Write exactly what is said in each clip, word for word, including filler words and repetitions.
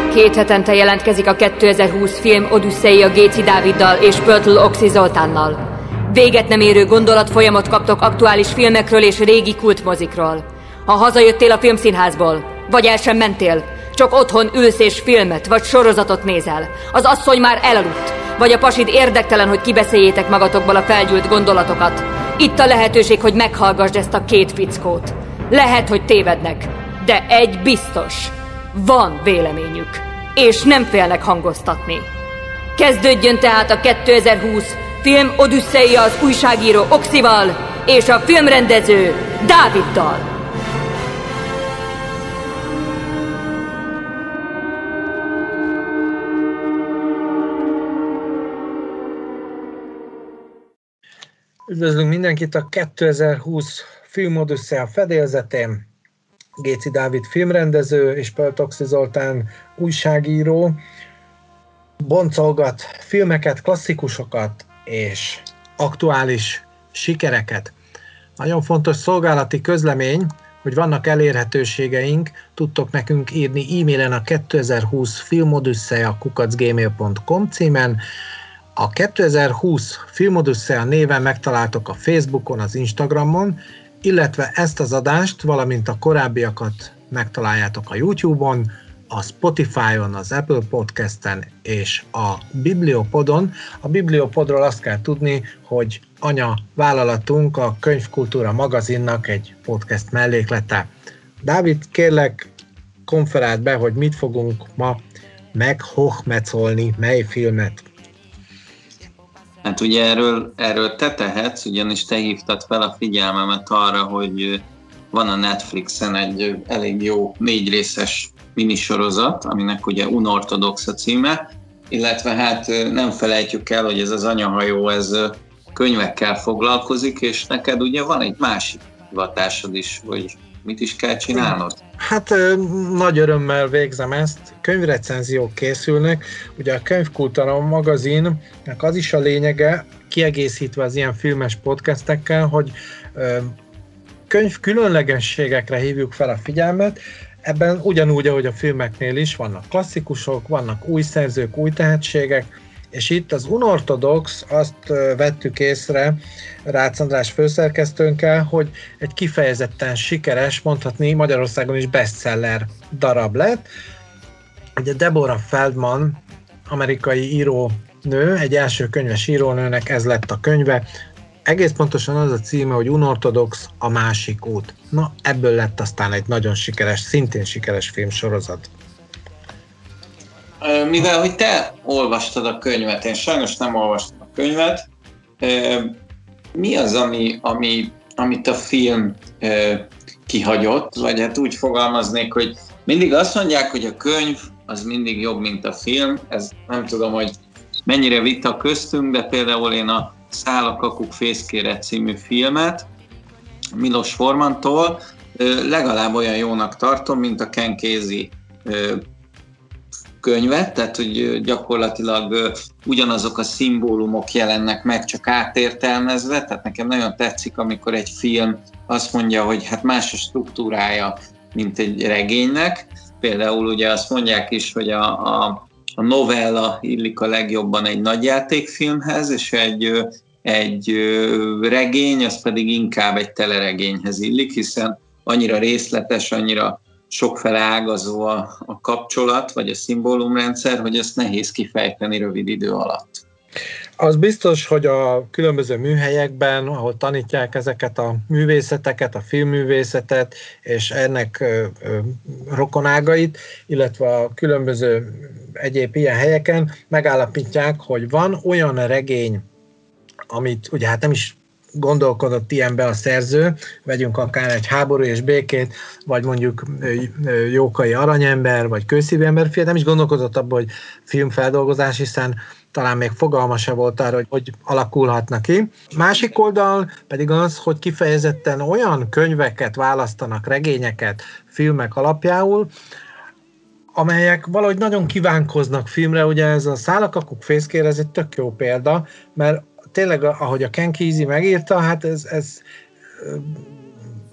Két hetente jelentkezik a kétezer-húsz film Odüsszeia Géci Dáviddal és Pöltl Oxi Zoltánnal. Véget nem érő gondolatfolyamot kaptok aktuális filmekről és régi kultmozikról. Ha hazajöttél a filmszínházból, vagy el sem mentél, csak otthon ülsz és filmet vagy sorozatot nézel, az asszony már elaludt, vagy a pasid érdektelen, hogy kibeszéljétek magatokból a felgyűlt gondolatokat, itt a lehetőség, hogy meghallgassd ezt a két fickót. Lehet, hogy tévednek, de egy biztos. Van véleményük, és nem félnek hangoztatni. Kezdődjön tehát a kétezer-húsz film Odüsszeia az újságíró Oxival és a filmrendező Dáviddal. Üdvözlünk mindenkit a kétezer-húsz film Odüsszeia fedélzetén. Géci Dávid filmrendező és Pöltl Oxi Zoltán újságíró boncolgat filmeket, klasszikusokat és aktuális sikereket. Nagyon fontos szolgálati közlemény, hogy vannak elérhetőségeink, tudtok nekünk írni e-mailen a kétezer-húsz filmodüsszeia kukac gmail pont com címen. A kétezer-húsz filmodüsszeia néven megtaláltok a Facebookon, az Instagramon, illetve ezt az adást, valamint a korábbiakat megtaláljátok a YouTube-on, a Spotify-on, az Apple Podcast-en és a Bibliopodon. A Bibliopodról azt kell tudni, hogy anya vállalatunk, a Könyvkultúra magazinnak egy podcast melléklete. Dávid, kérlek, konferáld be, hogy mit fogunk ma meghochmecolni, mely filmet. Hát ugye erről, erről te tehetsz, ugyanis te hívtad fel a figyelmemet arra, hogy van a Netflixen egy elég jó négy részes minisorozat, aminek ugye Unorthodox a címe, illetve hát nem felejtjük el, hogy ez az anyahajó, ez könyvekkel foglalkozik, és neked ugye van egy másik hivatásod is, hogy mit is kell csinálnod? Hát nagy örömmel végzem ezt, könyvrecenziók készülnek, ugye a Könyvkultúra magazinnak az is a lényege, kiegészítve az ilyen filmes podcastekkel, hogy könyv különlegességekre hívjuk fel a figyelmet, ebben ugyanúgy, ahogy a filmeknél is vannak klasszikusok, vannak új szerzők, új tehetségek, és itt az Unorthodox, azt vettük észre Rácz András főszerkesztőnkkel, hogy egy kifejezetten sikeres, mondhatni Magyarországon is bestseller darab lett. Ugye Deborah Feldman, amerikai írónő, egy első könyves írónőnek ez lett a könyve. Egész pontosan az a címe, hogy Unorthodox, a másik út. Na, ebből lett aztán egy nagyon sikeres, szintén sikeres filmsorozat. Mivel, hogy te olvastad a könyvet, én sajnos nem olvastam a könyvet, mi az, ami, ami, amit a film kihagyott, vagy hát úgy fogalmaznék, hogy mindig azt mondják, hogy a könyv az mindig jobb, mint a film, ez nem tudom, hogy mennyire vita köztünk, de például én a Száll a kakuk fészkére című filmet Milos Formantól legalább olyan jónak tartom, mint a Ken Kesey könyvet, tehát hogy gyakorlatilag ugyanazok a szimbólumok jelennek meg, csak átértelmezve, tehát nekem nagyon tetszik, amikor egy film azt mondja, hogy hát más a struktúrája, mint egy regénynek. Például ugye azt mondják is, hogy a, a, a novella illik a legjobban egy nagyjátékfilmhez, és egy, egy regény, az pedig inkább egy teleregényhez illik, hiszen annyira részletes, annyira sokfele ágazó a, a kapcsolat, vagy a szimbólumrendszer, hogy ezt nehéz kifejteni rövid idő alatt. Az biztos, hogy a különböző műhelyekben, ahol tanítják ezeket a művészeteket, a filmművészetet, és ennek ö, ö, rokonágait, illetve a különböző egyéb ilyen helyeken megállapítják, hogy van olyan regény, amit ugye hát nem is gondolkodott ilyenbe a szerző, vegyünk akár egy Háború és békét, vagy mondjuk Jókai aranyember, vagy Kőszívű emberfia, nem is gondolkodott abban, hogy filmfeldolgozás, hiszen talán még fogalma se volt arra, hogy hogy alakulhatna ki. Másik oldal pedig az, hogy kifejezetten olyan könyveket választanak, regényeket, filmek alapjául, amelyek valahogy nagyon kívánkoznak filmre, ugye ez a Száll a kakuk fészkére, ez egy tök jó példa, mert tényleg, ahogy a Ken Kesey megírta, hát ez, ez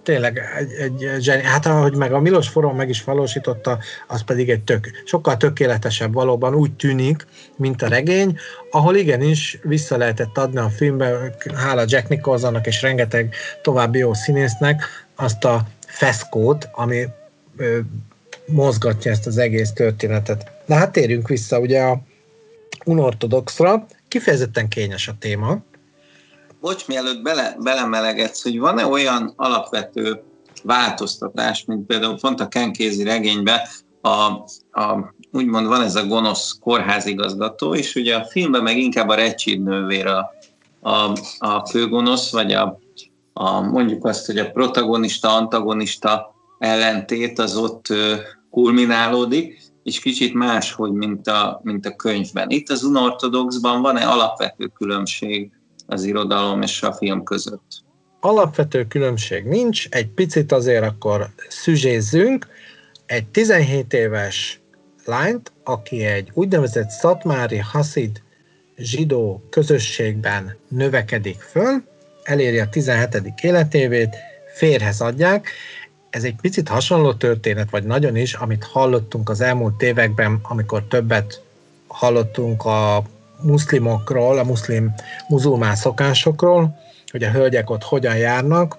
tényleg egy, egy zseni. Hát ahogy meg a Milos Forman meg is valósította, az pedig egy tök, sokkal tökéletesebb valóban, úgy tűnik, mint a regény, ahol igenis vissza lehetett adni a filmbe, hála Jack Nicholsonnak és rengeteg további jó színésznek, azt a feszkót, ami ö, mozgatja ezt az egész történetet. De hát térjünk vissza ugye a unortodoxra, kifejezetten kényes a téma. Bocs, mielőtt bele, belemelegedsz, hogy van-e olyan alapvető változtatás, mint például pont a Ken Kesey regényben, a, a, úgymond van ez a gonosz kórházigazgató, és ugye a filmben meg inkább a Recsid nővér a, a, a főgonosz, vagy a, a, mondjuk azt, hogy a protagonista-antagonista ellentét az ott kulminálódik, és kicsit máshogy, mint a, mint a könyvben. Itt az unortodoxban van-e alapvető különbség az irodalom és a film között? Alapvető különbség nincs, egy picit azért akkor szüzsézzünk. Egy tizenhét éves lányt, aki egy úgynevezett szatmári haszid zsidó közösségben növekedik föl, eléri a tizenhetedik életévét, férhez adják. Ez egy picit hasonló történet, vagy nagyon is, amit hallottunk az elmúlt években, amikor többet hallottunk a muszlimokról, a muszlim muzulmán szokásokról, hogy a hölgyek ott hogyan járnak,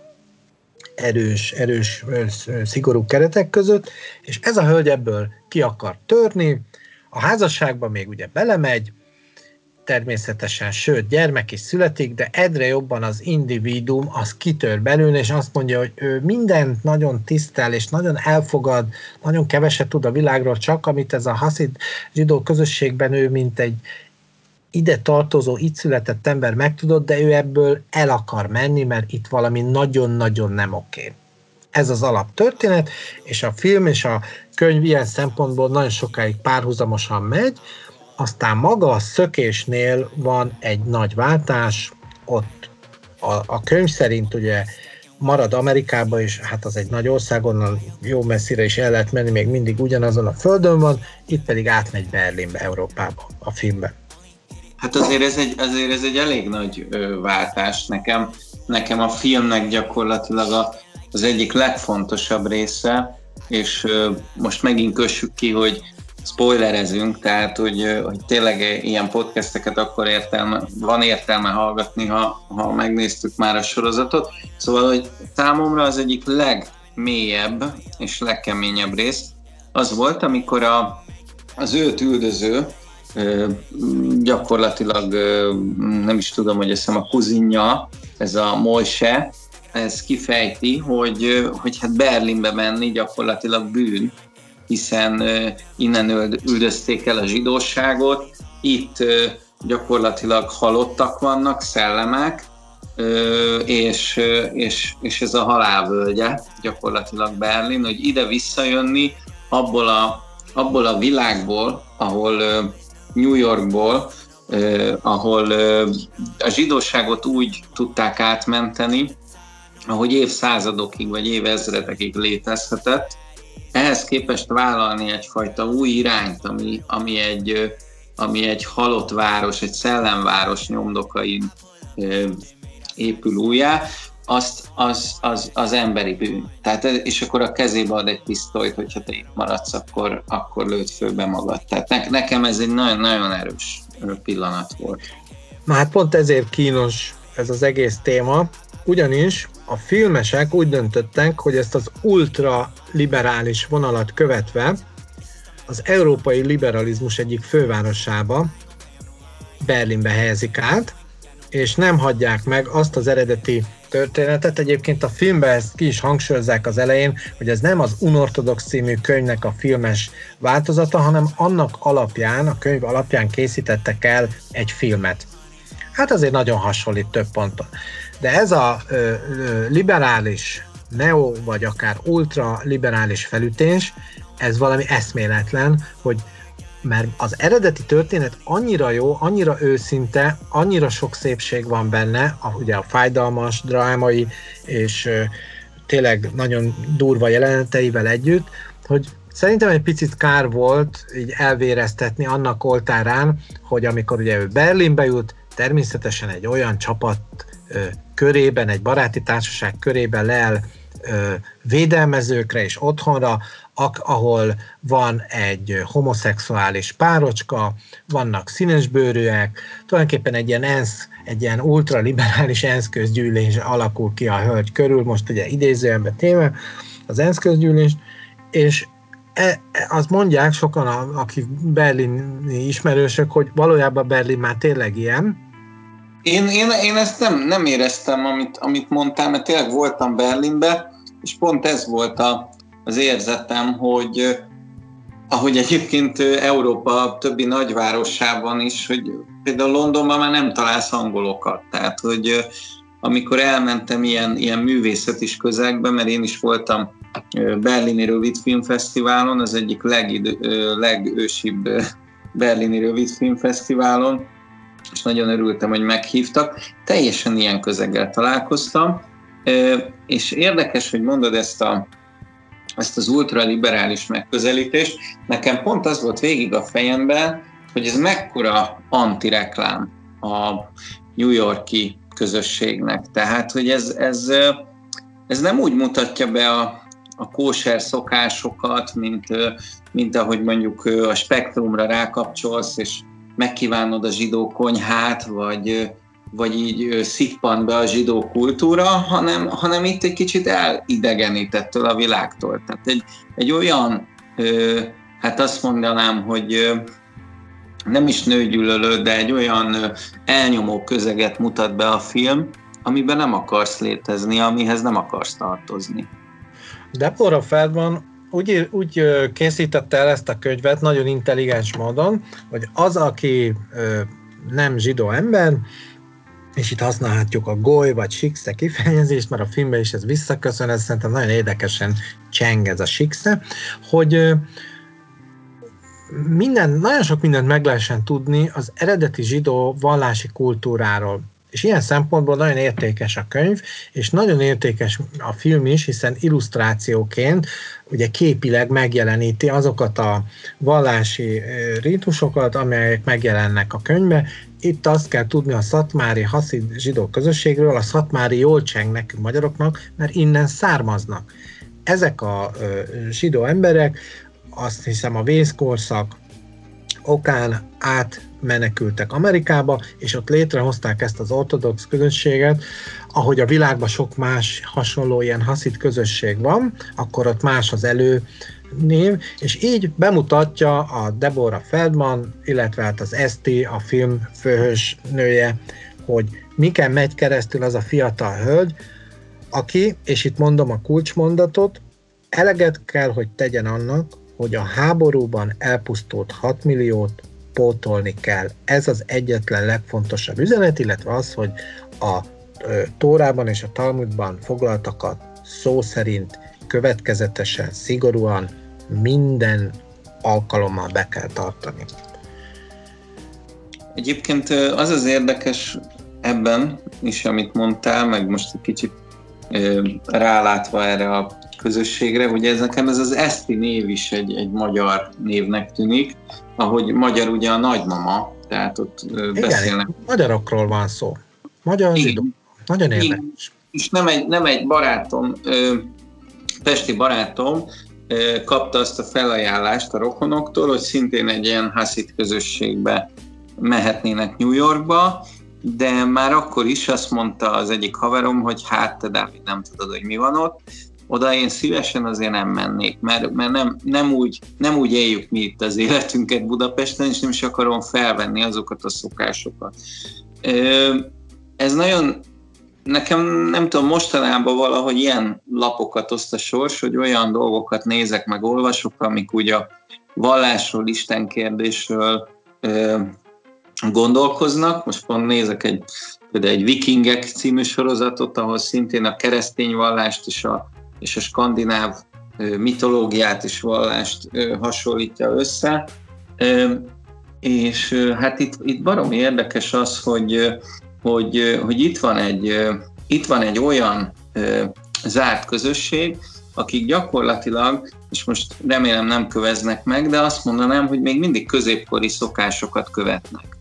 erős, erős, szigorú keretek között, és ez a hölgy ebből ki akar törni, a házasságba még ugye belemegy, természetesen, sőt, gyermek is születik, de egyre jobban az individuum az kitör belőle, és azt mondja, hogy ő mindent nagyon tisztel, és nagyon elfogad, nagyon keveset tud a világról, csak amit ez a haszid zsidó közösségben ő, mint egy ide tartozó, itt született ember megtudott, de ő ebből el akar menni, mert itt valami nagyon-nagyon nem oké. Ez az alaptörténet, és a film és a könyv ilyen szempontból nagyon sokáig párhuzamosan megy, aztán maga a szökésnél van egy nagy váltás, ott a, a könyv szerint ugye marad Amerikában, és hát az egy nagy ország, onnan jó messzire is el lehet menni, még mindig ugyanazon a földön van, itt pedig átmegy Berlinbe, Európába a filmben. Hát azért ez egy, azért ez egy elég nagy ö, váltás. Nekem, nekem a filmnek gyakorlatilag a, az egyik legfontosabb része, és ö, most megint kössük ki, hogy spoilerezünk, tehát hogy, hogy tényleg ilyen podcasteket akkor értelme, van értelme hallgatni, ha, ha megnéztük már a sorozatot. Szóval, hogy számomra az egyik legmélyebb és legkeményebb rész az volt, amikor a, az őt üldöző, gyakorlatilag nem is tudom, hogy azt hiszem a kuzinja, ez a Moshe, ez kifejti, hogy, hogy hát Berlinbe menni gyakorlatilag bűn, hiszen innen üldözték el a zsidóságot, itt gyakorlatilag halottak vannak, szellemek, és, és, és ez a halálvölgye gyakorlatilag Berlin, hogy ide visszajönni abból a, abból a világból, ahol New Yorkból, ahol a zsidóságot úgy tudták átmenteni, ahogy évszázadokig vagy évezredekig létezhetett, ehhez képest vállalni egyfajta új irányt, ami, ami, egy, ami egy halott város, egy szellemváros nyomdokain épül újjá, azt, az, az, az emberi bűn. Tehát, és akkor a kezébe ad egy pisztolyt, hogyha te itt maradsz, akkor, akkor lőd főbe magad. Tehát ne, nekem ez egy nagyon-nagyon erős pillanat volt. Na hát pont ezért kínos ez az egész téma, ugyanis a filmesek úgy döntöttek, hogy ezt az ultraliberális vonalat követve az európai liberalizmus egyik fővárosába, Berlinbe helyezik át, és nem hagyják meg azt az eredeti történetet. Egyébként a filmben ezt ki is hangsúlyozzák az elején, hogy ez nem az Unortodox című könyvnek a filmes változata, hanem annak alapján, a könyv alapján készítettek el egy filmet. Hát azért nagyon hasonlít több ponton. De ez a ö, ö, liberális, neo vagy akár ultraliberális felütés, ez valami eszméletlen, hogy mert az eredeti történet annyira jó, annyira őszinte, annyira sok szépség van benne, a, ugye a fájdalmas, drámai és ö, tényleg nagyon durva jeleneteivel együtt, hogy szerintem egy picit kár volt így elvéreztetni annak oltárán, hogy amikor ugye ő Berlinbe jut, természetesen egy olyan csapat ö, körében, egy baráti társaság körében leel védelmezőkre és otthonra, ahol van egy homoszexuális párocska, vannak színesbőrűek, tulajdonképpen egy ilyen ENSZ, egy ilyen ultraliberális ENSZ közgyűlés alakul ki a hölgy körül, most ugye idézőjelben téve az ENSZ közgyűlés, és e, azt mondják sokan, akik berlini ismerősök, hogy valójában Berlin már tényleg ilyen. Én, én, én ezt nem, nem éreztem, amit, amit mondtál, mert tényleg voltam Berlinben, és pont ez volt a, az érzetem, hogy ahogy egyébként Európa többi nagyvárosában is, hogy például Londonban már nem találsz angolokat. Tehát, hogy amikor elmentem ilyen, ilyen művészeti közegbe, mert én is voltam berlini rövidfilmfesztiválon, az egyik legidő, legősibb berlini rövidfilmfesztiválon, és nagyon örültem, hogy meghívtak. Teljesen ilyen közeggel találkoztam, és érdekes, hogy mondod ezt, a, ezt az ultraliberális megközelítést. Nekem pont az volt végig a fejemben, hogy ez mekkora antireklám a New York-i közösségnek. Tehát, hogy ez, ez, ez nem úgy mutatja be a, a kóser szokásokat, mint, mint ahogy mondjuk a Spektrumra rákapcsolsz, és megkívánod a zsidó konyhát, vagy, vagy így szippan be a zsidó kultúra, hanem, hanem itt egy kicsit elidegenítettől a világtól. Tehát egy, egy olyan, hát azt mondanám, hogy nem is nőgyűlölő, de egy olyan elnyomó közeget mutat be a film, amiben nem akarsz létezni, amihez nem akarsz tartozni. Deborah Feldman úgy, úgy készítette el ezt a könyvet nagyon intelligens módon, hogy az, aki ö, nem zsidó ember, és itt használhatjuk a goly vagy siksze kifejezést, mert a filmben is ez visszaköszön, ez szerintem nagyon érdekesen cseng ez a siksze, hogy ö, minden, nagyon sok mindent meg lehessen tudni az eredeti zsidó vallási kultúráról. És ilyen szempontból nagyon értékes a könyv, és nagyon értékes a film is, hiszen illusztrációként ugye képileg megjeleníti azokat a vallási rítusokat, amelyek megjelennek a könyvben. Itt azt kell tudni a szatmári haszid zsidó közösségről, a szatmári jól cseng nekünk magyaroknak, mert innen származnak. Ezek a zsidó emberek, azt hiszem a vészkorszak okán átmenekültek Amerikába, és ott létrehozták ezt az ortodox közösséget, ahogy a világban sok más hasonló ilyen haszid közösség van, akkor ott más az előnév, és így bemutatja a Deborah Feldman, illetve hát az Eszti, a film főhős nője, hogy miken megy keresztül az a fiatal hölgy, aki, és itt mondom a kulcsmondatot, eleget kell, hogy tegyen annak, hogy a háborúban elpusztult hat milliót pótolni kell. Ez az egyetlen legfontosabb üzenet, illetve az, hogy a ö, Tórában és a Talmudban foglaltakat szó szerint következetesen, szigorúan minden alkalommal be kell tartani. Egyébként az az érdekes ebben is, amit mondtál, meg most egy kicsit ö, rálátva erre a közösségre, hogy ez nekem ez az Eszti név is egy, egy magyar névnek tűnik, ahogy magyar ugye a nagymama, tehát ott igen, beszélnek. Magyarokról van szó. Magyar zsidó. Nagyon érdekes. És nem egy, nem egy barátom, pesti barátom kapta azt a felajánlást a rokonoktól, hogy szintén egy ilyen haszid közösségbe mehetnének New Yorkba, de már akkor is azt mondta az egyik haverom, hogy hát te Dávid nem tudod, hogy mi van ott. Oda én szívesen azért nem mennék, mert, mert nem, nem, úgy, nem úgy éljük mi itt az életünket Budapesten, és nem is akarom felvenni azokat a szokásokat. Ez nagyon, nekem nem tudom, mostanában valahogy ilyen lapokat oszt a sors, hogy olyan dolgokat nézek, meg olvasok, amik úgy a vallásról, istenkérdésről gondolkoznak. Most pont nézek egy, például egy Vikingek című sorozatot, ahol szintén a keresztény vallást és a és a skandináv mitológiát és vallást hasonlítja össze. És hát itt, itt baromi érdekes az, hogy, hogy, hogy itt, van egy, itt van egy olyan zárt közösség, akik gyakorlatilag, és most remélem nem köveznek meg, de azt mondanám, hogy még mindig középkori szokásokat követnek.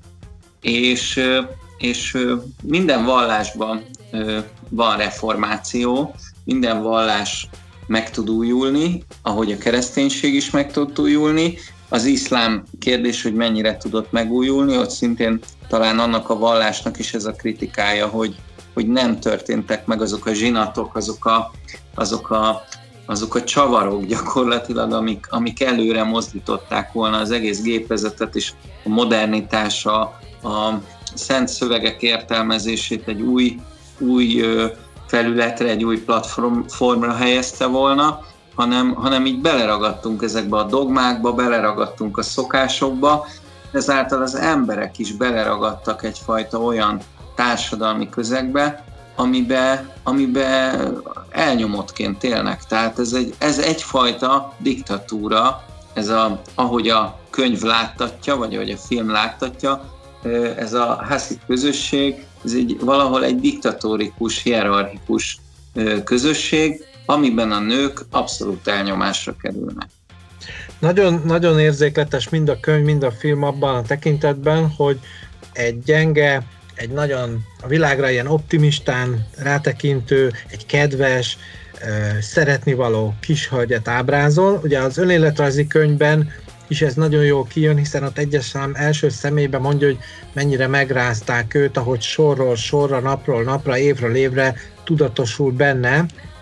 És, és minden vallásban van reformáció, minden vallás meg tud újulni, ahogy a kereszténység is meg tud újulni. Az iszlám kérdés, hogy mennyire tudott megújulni, ott szintén talán annak a vallásnak is ez a kritikája, hogy, hogy nem történtek meg azok a zsinatok, azok a, azok a, azok a csavarok gyakorlatilag, amik, amik előre mozdították volna az egész gépezetet, és a modernitása, a szent szövegek értelmezését egy új, új felületre, egy új platformra helyezte volna, hanem, hanem így beleragadtunk ezekbe a dogmákba, beleragadtunk a szokásokba, ezáltal az emberek is beleragadtak egyfajta olyan társadalmi közegbe, amiben amibe elnyomottként élnek. Tehát ez, egy, ez egyfajta diktatúra, ez a, ahogy a könyv láttatja, vagy ahogy a film láttatja, ez a haszid közösség, ez egy, valahol egy diktatórikus, hierarchikus közösség, amiben a nők abszolút elnyomásra kerülnek. Nagyon, nagyon érzékletes mind a könyv, mind a film abban a tekintetben, hogy egy gyenge, egy nagyon a világra ilyen optimistán rátekintő, egy kedves, szeretnivaló kishölgyet ábrázol. Ugye az önéletrajzi könyvben is ez nagyon jól kijön, hiszen ott egyes szám első személyben mondja, hogy mennyire megrázták őt, ahogy sorról sorra, napról napra, évről évre tudatosul benne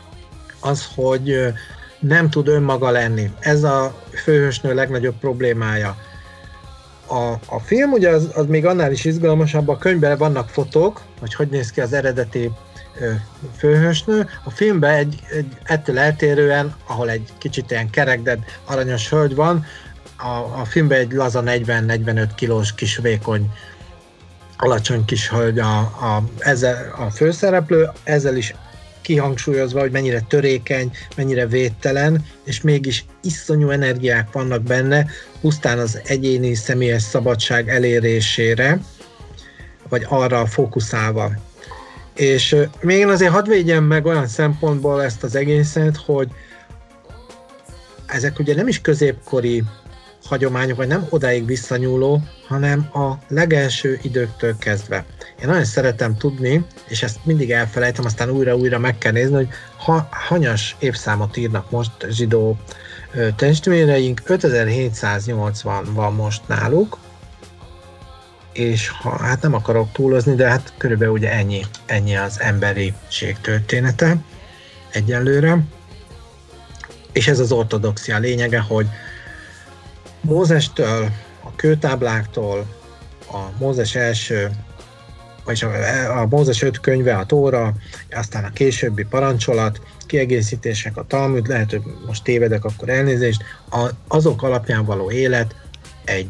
az, hogy nem tud önmaga lenni. Ez a főhősnő legnagyobb problémája. A, a film ugye az, az még annál is izgalmasabb, a könyvben vannak fotók, hogy hogy néz ki az eredeti ö, főhősnő. A filmben egy, egy, ettől eltérően, ahol egy kicsit ilyen kerekded aranyos hölgy van, a, a filmben egy laza negyven-negyvenöt kilós kis vékony, alacsony kis hölgy a, a, ezzel a főszereplő, ezzel is kihangsúlyozva, hogy mennyire törékeny, mennyire védtelen, és mégis iszonyú energiák vannak benne, pusztán az egyéni személyes szabadság elérésére, vagy arra fókuszálva. És még én azért hadd védjem meg olyan szempontból ezt az egészet, hogy ezek ugye nem is középkori hagyományok, vagy nem odáig visszanyúló, hanem a legelső időktől kezdve. Én nagyon szeretem tudni, és ezt mindig elfelejtem, aztán újra-újra meg kell nézni, hogy ha, hanyas évszámot írnak most zsidó ö, testvéreink, ötezer-hétszáznyolcvan van most náluk, és ha, hát nem akarok túlozni, de hát körülbelül ugye ennyi, ennyi az emberiség története egyelőre. És ez az ortodoxia lényege, hogy Mózestől, a kőtábláktól, a Mózes első, vagyis a, a Mózes öt könyve, a Tóra, aztán a későbbi parancsolat, kiegészítések, a Talmud, lehet, hogy most tévedek, akkor elnézést, a, azok alapján való élet egy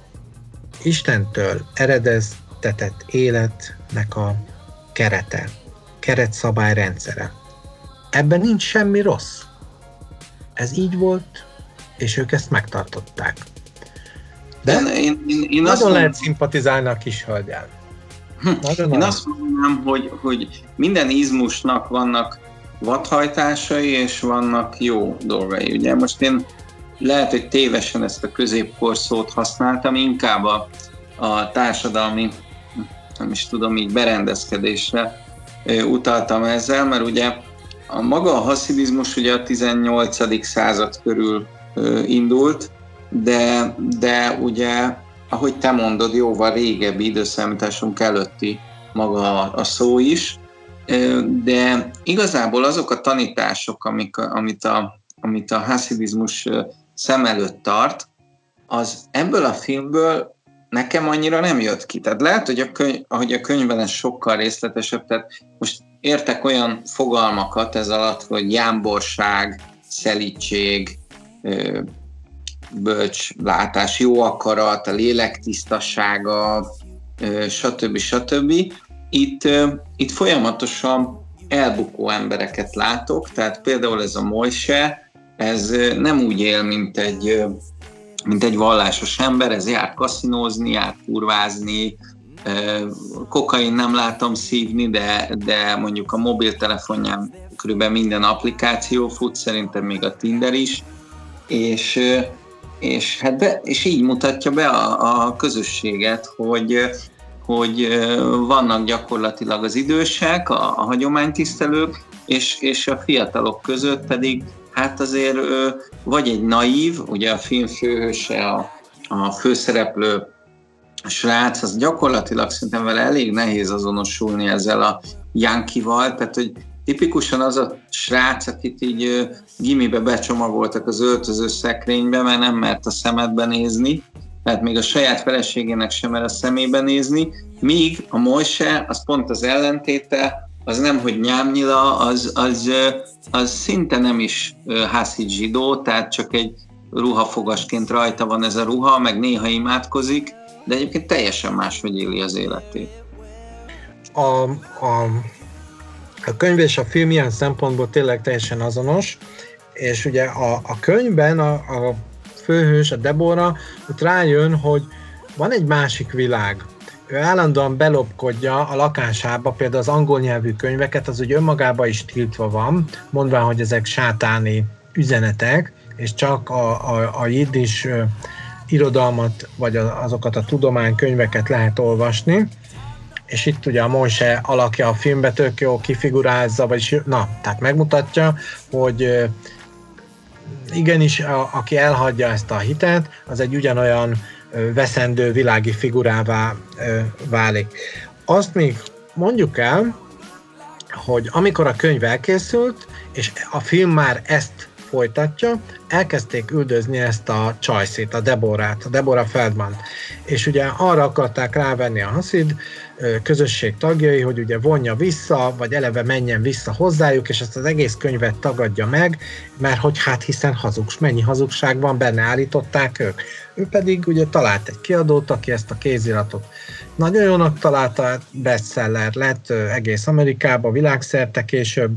Istentől eredeztetett életnek a kerete, keretszabályrendszere. Ebben nincs semmi rossz. Ez így volt, és ők ezt megtartották. De én, én, én, én nagyon lehet mondom, szimpatizálni a kis hölgyel. Én nagyon azt mondanám, hogy, hogy minden izmusnak vannak vadhajtásai, és vannak jó dolgai. Ugye most én lehet, hogy tévesen ezt a középkor szót használtam, inkább a, a társadalmi, nem is tudom, így berendezkedésre utaltam ezzel, mert ugye a maga a haszidizmus ugye a tizennyolcadik század körül indult, de, de ugye, ahogy te mondod, jóval régebbi időszámításunk előtti maga a szó is, de igazából azok a tanítások, amik, amit a, amit a haszidizmus szem előtt tart, az ebből a filmből nekem annyira nem jött ki. Tehát lehet, hogy a, könyv, ahogy a könyvben ez sokkal részletesebb, tehát most értek olyan fogalmakat ez alatt, hogy jámborság, szelídség, bölcslátás, jó akarat, a lélek tisztasága, stb. stb. Itt, itt folyamatosan elbukó embereket látok, tehát például ez a Mojse, ez nem úgy él, mint egy, mint egy vallásos ember, ez jár kaszinózni, jár kurvázni, kokain nem látom szívni, de, de mondjuk a mobiltelefonján körülbelül minden applikáció fut, szerintem még a Tinder is, és, és, hát be, és így mutatja be a, a közösséget, hogy, hogy vannak gyakorlatilag az idősek, a, a hagyománytisztelők, és, és a fiatalok között pedig hát azért vagy egy naív, ugye a film főhőse, a, a főszereplő a srác, az gyakorlatilag szerintem vele elég nehéz azonosulni ezzel a Yankival, tehát hogy tipikusan az a srác, akit így gimibe becsomagoltak az öltöző szekrénybe, mert nem mert a szemedbe nézni, tehát még a saját feleségének sem mer a szemébe nézni, míg a Mojse, az pont az ellentéte, az nem, hogy nyámnyila, az, az, az szinte nem is haszid zsidó, tehát csak egy ruhafogasként rajta van ez a ruha, meg néha imádkozik, de egyébként teljesen máshogy éli az életét. A, a, a könyv és a film ilyen szempontból tényleg teljesen azonos, és ugye a, a könyvben a, a főhős, a Deborah, ott rájön, hogy van egy másik világ. Ő állandóan belopkodja a lakásába például az angol nyelvű könyveket, az ugye önmagában is tiltva van, mondván, hogy ezek sátáni üzenetek, és csak a, a, a jiddis irodalmat, vagy azokat a tudománykönyveket lehet olvasni, és itt ugye a Mojse alakja a filmbe tök jó kifigurázza, vagyis na, tehát megmutatja, hogy igenis, a, aki elhagyja ezt a hitet, az egy ugyanolyan veszendő világi figurává válik. Azt még mondjuk el, hogy amikor a könyv elkészült, és a film már ezt folytatja, elkezdték üldözni ezt a csajszét, a Deborát, a Deborah Feldman. És ugye arra akarták rávenni a haszid közösség tagjai, hogy ugye vonja vissza, vagy eleve menjen vissza hozzájuk, és ezt az egész könyvet tagadja meg, mert hogy hát hiszen hazugs, mennyi hazugság van benne, állították ők. Ő pedig ugye talált egy kiadót, aki ezt a kéziratot nagyon jónak találta, bestseller lett egész Amerikában, világszerte később,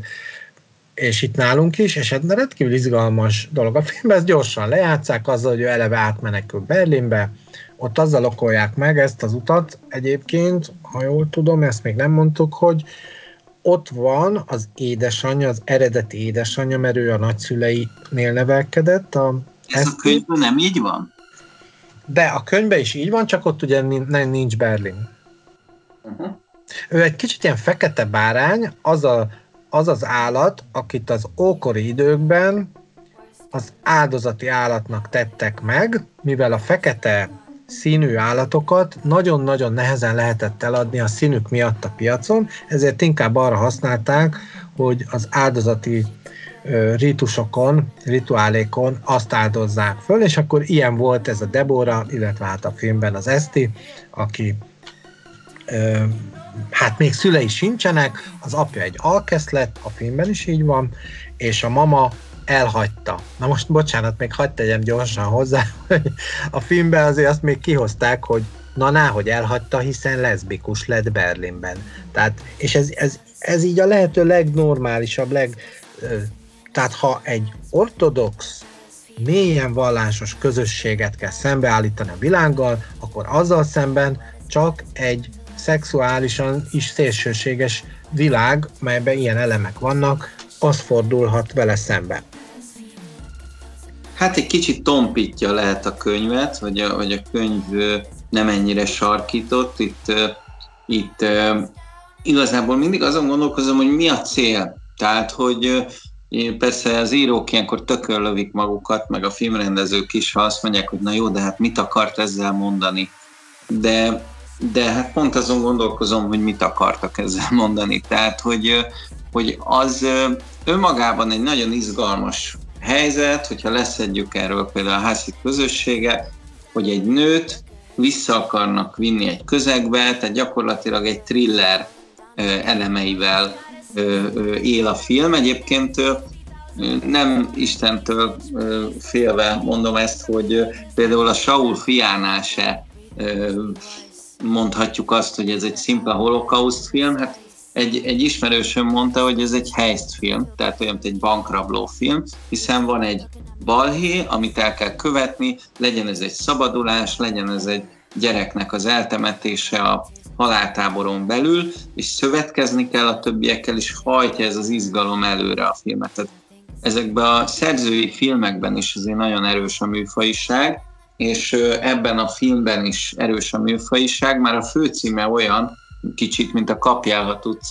és itt nálunk is, és ez rendkívül izgalmas dolog. A filmben ezt gyorsan lejátszák azzal, hogy ő eleve átmenekül Berlinbe, ott azzal okolják meg ezt az utat egyébként, ha jól tudom, ezt még nem mondtuk, hogy ott van az édesanyja, az eredeti édesanyja, mert ő a nagyszüleinél nevelkedett. A Ez a könyvben nem így van? De a könyvben is így van, csak ott ugye nincs Berlin. Uh-huh. Ő egy kicsit ilyen fekete bárány, az a az az állat, akit az ókori időkben az áldozati állatnak tettek meg, mivel a fekete színű állatokat nagyon-nagyon nehezen lehetett eladni a színük miatt a piacon, ezért inkább arra használták, hogy az áldozati ö, rítusokon, rituálékon azt áldozzák föl, és akkor ilyen volt ez a Deborah, illetve hát a filmben az Eszti, aki ö, hát még szülei sincsenek, az apja egy alkesz lett, a filmben is így van, és a mama elhagyta. Na most, bocsánat, még hagyd tegyem gyorsan hozzá, hogy a filmben azért azt még kihozták, hogy na ná, hogy elhagyta, hiszen leszbikus lett Berlinben. Tehát, és ez, ez, ez így a lehető legnormálisabb, leg, tehát ha egy ortodox, mélyen vallásos közösséget kell szembeállítani a világgal, akkor azzal szemben csak egy szexuálisan is szélsőséges világ, melyben ilyen elemek vannak, az fordulhat vele szembe. Hát egy kicsit tompítja lehet a könyvet, hogy a, hogy a könyv nem ennyire sarkított. Itt, itt igazából mindig azon gondolkozom, hogy mi a cél. Tehát, hogy persze az írók ilyenkor tökönlövik magukat, meg a filmrendezők is, ha azt mondják, hogy na jó, de hát mit akart ezzel mondani. De De hát pont azon gondolkozom, hogy mit akartak ezzel mondani. Tehát, hogy, hogy az önmagában egy nagyon izgalmas helyzet, hogyha leszedjük erről például a haszid közösséget, hogy egy nőt vissza akarnak vinni egy közegbe, tehát gyakorlatilag egy thriller elemeivel él a film. Egyébként nem Istentől félve mondom ezt, hogy például a Saul fiánál se mondhatjuk azt, hogy ez egy szimpla holokauszt film. Hát egy, egy ismerősöm mondta, hogy ez egy heist film, tehát olyan, mint egy bankrabló film, hiszen van egy balhé, amit el kell követni, legyen ez egy szabadulás, legyen ez egy gyereknek az eltemetése a haláltáboron belül, és szövetkezni kell a többiekkel, és hajtja ez az izgalom előre a filmet. Tehát ezekben a szerzői filmekben is azért nagyon erős a műfajiság, és ebben a filmben is erős a műfajiság, már a főcíme olyan kicsit, mint a Kapjál, ha tudsz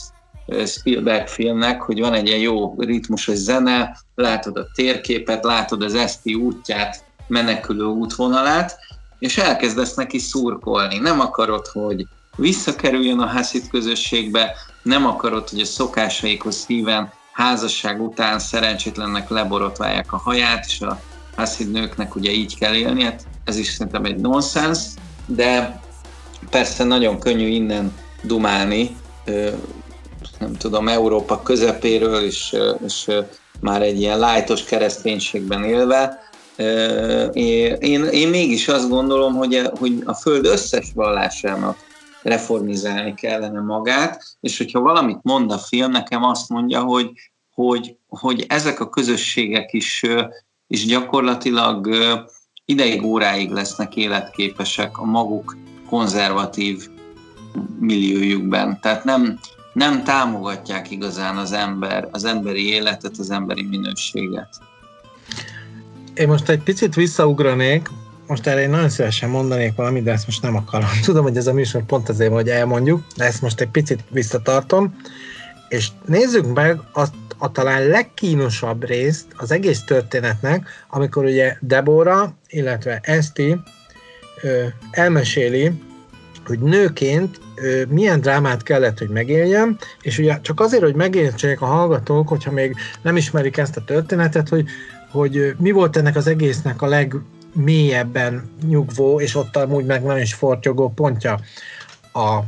Spielberg filmnek, hogy van egy ilyen jó ritmusos zene, látod a térképet, látod az eszti útját, menekülő útvonalát, és elkezdesz neki szurkolni. Nem akarod, hogy visszakerüljön a haszid közösségbe, nem akarod, hogy a szokásaikhoz híven házasság után szerencsétlennek leborotválják a haját, és a haszid nőknek ugye így kell élni. Hát ez is szerintem egy nonsens, de persze nagyon könnyű innen dumálni, nem tudom, Európa közepéről, és, és már egy ilyen lájtos kereszténységben élve. Én, én mégis azt gondolom, hogy, hogy a Föld összes vallásának reformizálni kellene magát, és hogyha valamit mond a film, nekem azt mondja, hogy, hogy, hogy ezek a közösségek is, is gyakorlatilag ideig, óráig lesznek életképesek a maguk konzervatív milliójukban. Tehát nem, nem támogatják igazán az ember, az emberi életet, az emberi minőséget. Én most egy picit visszaugranék, most erre én nagyon szívesen mondanék valamit, de ezt most nem akarom. Tudom, hogy ez a műsor pont azért, hogy elmondjuk, de ezt most egy picit visszatartom, és nézzük meg azt a talán legkínosabb részt az egész történetnek, amikor ugye Deborah, illetve Eszti ö, elmeséli, hogy nőként ö, milyen drámát kellett, hogy megéljem, és ugye csak azért, hogy megértsék a hallgatók, hogyha még nem ismerik ezt a történetet, hogy, hogy mi volt ennek az egésznek a legmélyebben nyugvó, és ott amúgy meg nem is fortyogó pontja. A,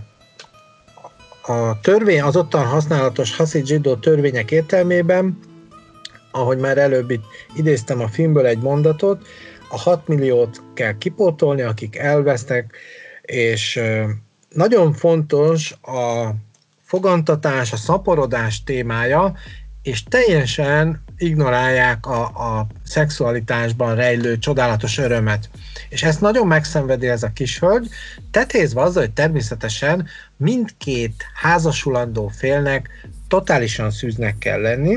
a törvény, az ottan használatos haszid zsidó törvények értelmében, ahogy már előbb itt idéztem a filmből egy mondatot, a hat milliót kell kipótolni, akik elvesztek, és nagyon fontos a fogantatás, a szaporodás témája, és teljesen ignorálják a, a szexualitásban rejlő csodálatos örömet. És ezt nagyon megszenvedi ez a kis hölgy, tetézve azzal, hogy természetesen mindkét házasulandó félnek totálisan szűznek kell lenni.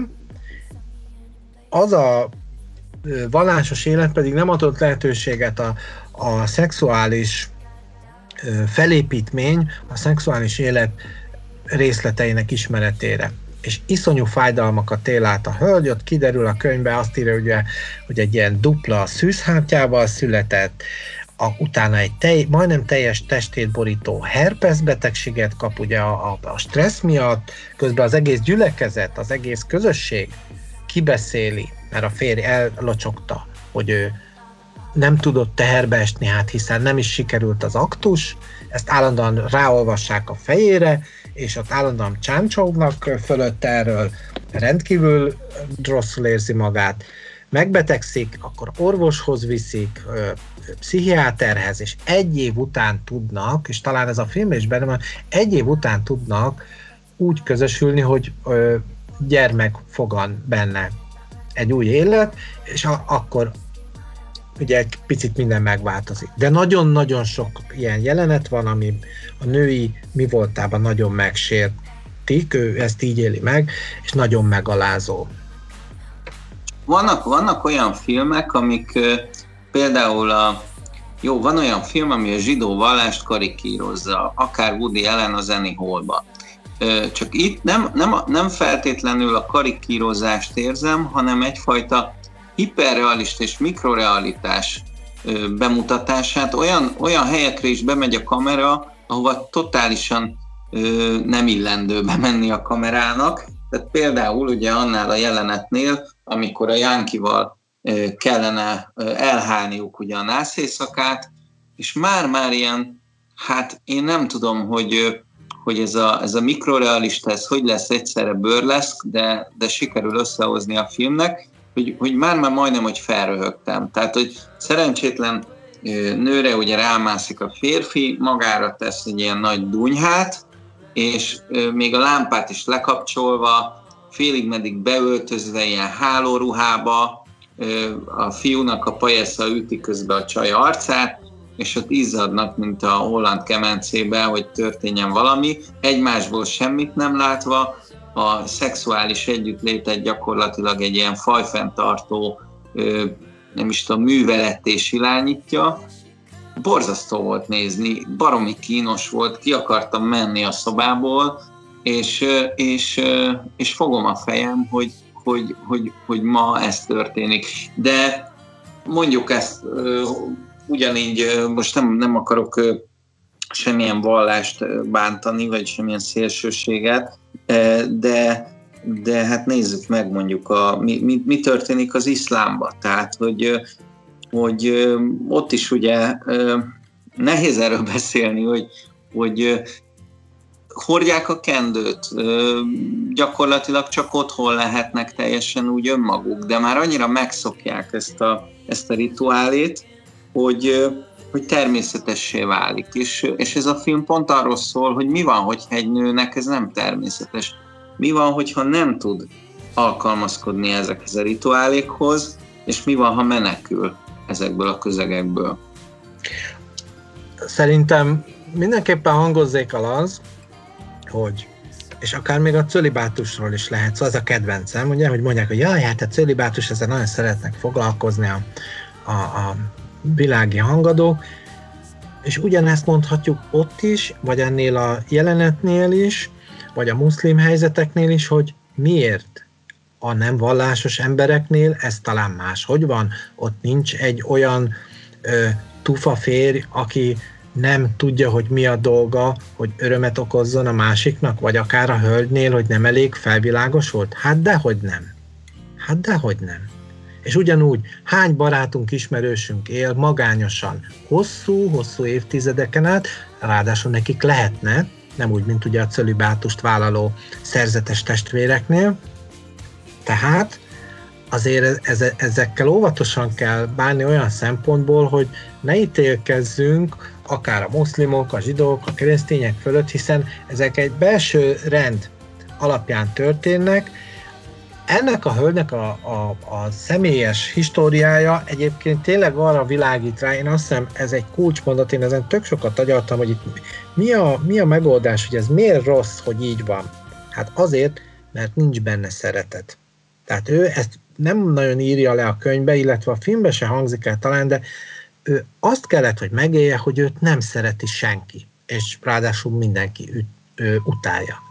Az a vallásos élet pedig nem adott lehetőséget a, a szexuális felépítmény, a szexuális élet részleteinek ismeretére. És iszonyú fájdalmakat él át a hölgy, ott kiderül a könyvben, azt írja, ugye, hogy egy ilyen dupla szűzhártyával született, a, utána egy tej, majdnem teljes testét borító herpes betegséget kap ugye a, a, a stressz miatt, közben az egész gyülekezet, az egész közösség kibeszéli, mert a férj ellocsogta, hogy ő nem tudott teherbe esni, hát hiszen nem is sikerült az aktus, ezt állandóan ráolvassák a fejére, és ott állandóan csámcsognak fölött erről, rendkívül rosszul érzi magát, megbetegszik, akkor orvoshoz viszik, pszichiáterhez, és egy év után tudnak, és talán ez a film is benne van, egy év után tudnak úgy közösülni, hogy gyermek fogan benne egy új élet, és a, akkor ugye egy picit minden megváltozik. De nagyon-nagyon sok ilyen jelenet van, ami a női mi voltában nagyon megsértik, ő ezt így éli meg, és nagyon megalázó. Vannak, vannak olyan filmek, amik például a jó, van olyan film, ami a zsidó vallást karikírozza, akár Woody Allen az Annie Hall-ba. Csak itt nem, nem, nem feltétlenül a karikírozást érzem, hanem egyfajta hiperrealista és mikrorealitás bemutatását. Olyan, olyan helyekre is bemegy a kamera, ahova totálisan nem illendő bemenni a kamerának. Tehát például ugye annál a jelenetnél, amikor a Yankival kellene elhálniuk ugye a nász éjszakát, és már-már ilyen, hát én nem tudom, hogy, hogy ez a, ez a mikrorealista, ez hogy lesz egyszerre burleszk, de, de sikerül összehozni a filmnek, hogy, hogy már-már majdnem, hogy felröhögtem. Tehát, hogy szerencsétlen nőre ugye rámászik a férfi, magára tesz egy ilyen nagy dunyhát, és még a lámpát is lekapcsolva, félig meddig beöltözve ilyen hálóruhába, a fiúnak a pajessza üti közben a csaj arcát, és ott izzadnak, mint a holland kemencébe, hogy történjen valami, egymásból semmit nem látva, a szexuális együttlétet gyakorlatilag egy ilyen fajfenntartó, nem is tudom, műveletés irányítja. Borzasztó volt nézni, baromi kínos volt, ki akartam menni a szobából, és, és, és fogom a fejem, hogy, hogy, hogy, hogy ma ez történik. De mondjuk ezt ugyanígy, most nem, nem akarok semmilyen vallást bántani, vagy semmilyen szélsőséget, de, de hát nézzük meg mondjuk, a, mi, mi, mi történik az iszlámban. Tehát, hogy, hogy ott is ugye nehéz erről beszélni, hogy, hogy hordják a kendőt, gyakorlatilag csak otthon lehetnek teljesen úgy önmaguk, de már annyira megszokják ezt a, ezt a rituálét, hogy, hogy természetessé válik. És, és ez a film pont arról szól, hogy mi van, hogyha egy nőnek ez nem természetes. Mi van, hogyha nem tud alkalmazkodni ezekhez a rituálékhoz, és mi van, ha menekül ezekből a közegekből. Szerintem mindenképpen hangozzék el az, hogy, és akár még a cölibátusról is lehet, szóval az a kedvencem, ugye, hogy mondják, hogy jaj, hát a cölibátus, ezzel nagyon szeretnek foglalkozni a, a, a világi hangadók, és ugyanezt mondhatjuk ott is, vagy ennél a jelenetnél is, vagy a muszlim helyzeteknél is, hogy miért a nem vallásos embereknél ez talán máshogy van, ott nincs egy olyan ö, tufa férj, aki nem tudja, hogy mi a dolga, hogy örömet okozzon a másiknak, vagy akár a hölgynél, hogy nem elég felvilágosult? Hát dehogy nem. Hát dehogy nem. És ugyanúgy, hány barátunk, ismerősünk él magányosan, hosszú-hosszú évtizedeken át, ráadásul nekik lehetne, nem úgy, mint ugye a cölibátust vállaló szerzetes testvéreknél, tehát azért ezekkel óvatosan kell bánni olyan szempontból, hogy ne ítélkezzünk akár a muszlimok, a zsidók, a keresztények fölött, hiszen ezek egy belső rend alapján történnek. Ennek a hölgynek a, a, a személyes históriája egyébként tényleg arra világít rá, én azt hiszem ez egy kulcsmondat, én ezen tök sokat agyaltam, hogy itt mi a, mi a megoldás, hogy ez miért rossz, hogy így van. Hát azért, mert nincs benne szeretet. Tehát ő ezt nem nagyon írja le a könyvbe, illetve a filmbe se hangzik el talán, de ő azt kellett, hogy megélje, hogy őt nem szereti senki, és ráadásul mindenki üt, ő utálja.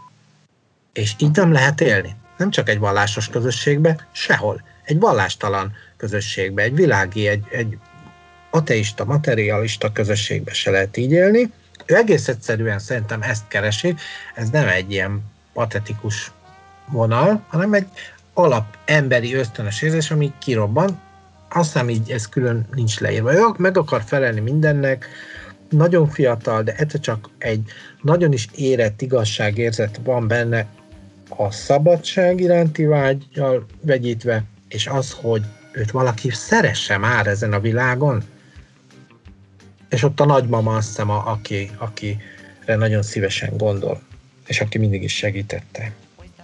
És így nem lehet élni. Nem csak egy vallásos közösségbe, sehol. Egy vallástalan közösségbe, egy világi, egy, egy ateista, materialista közösségbe se lehet így élni. Ő egész egyszerűen szerintem ezt keresi, ez nem egy ilyen patetikus vonal, hanem egy alap emberi ösztönös érzés, ami kirobban, aztán így ez külön nincs leírva. Ő meg akar felelni mindennek, nagyon fiatal, de egyszer csak egy nagyon is érett igazságérzet van benne, a szabadság iránti vággyal vegyítve, és az, hogy őt valaki szeresse már ezen a világon. És ott a nagymama azt hiszem, a, aki, akire nagyon szívesen gondol, és aki mindig is segítette.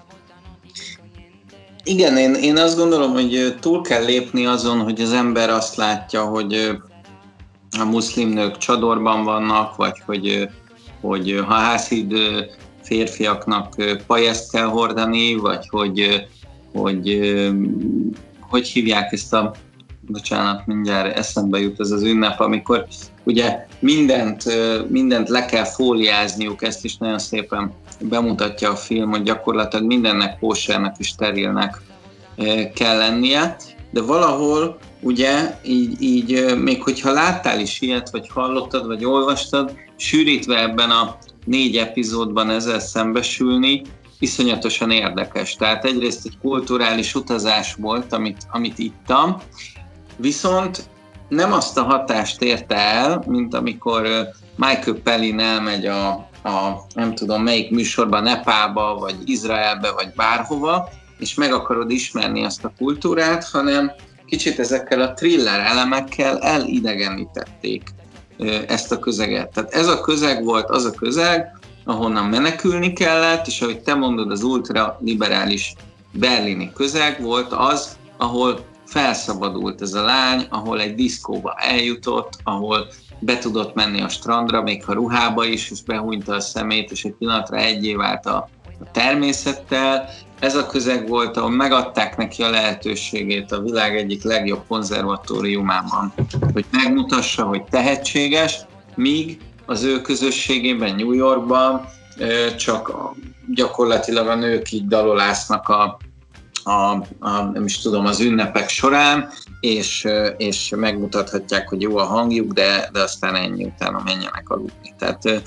Igen, én, én azt gondolom, hogy túl kell lépni azon, hogy az ember azt látja, hogy a muszlim nők csadorban vannak, vagy hogy, hogy ha hászid férfiaknak pajezt kell hordani, vagy hogy, hogy hogy hívják ezt a, bocsánat, mindjárt eszembe jut ez az ünnep, amikor ugye mindent, mindent le kell fóliázniuk, ezt is nagyon szépen bemutatja a film, hogy gyakorlatilag mindennek kósernek és sterilnek kell lennie, de valahol ugye így, így még hogyha láttál is ilyet, vagy hallottad, vagy olvastad, sűrítve ebben a négy epizódban ezzel szembesülni, iszonyatosan érdekes. Tehát egyrészt egy kulturális utazás volt, amit, amit ittam, viszont nem azt a hatást érte el, mint amikor Michael Palin elmegy a, a nem tudom melyik műsorban, Nepálba, vagy Izraelbe, vagy bárhova, és meg akarod ismerni azt a kultúrát, hanem kicsit ezekkel a thriller elemekkel elidegenítették ezt a közeget. Tehát ez a közeg volt az a közeg, ahonnan menekülni kellett, és ahogy te mondod, az ultraliberális berlini közeg volt az, ahol felszabadult ez a lány, ahol egy diszkóba eljutott, ahol be tudott menni a strandra, még ha ruhába is, és behúnyta a szemét, és egy pillanatra egyé vált a, a természettel. Ez a közeg volt, ahol megadták neki a lehetőségét a világ egyik legjobb konzervatóriumában, hogy megmutassa, hogy tehetséges, míg az ő közösségében, New Yorkban csak gyakorlatilag a nők így dalolásznak a, a, a nem is tudom, az ünnepek során, és, és megmutathatják, hogy jó a hangjuk, de, de aztán ennyi, utána menjenek aludni. Tehát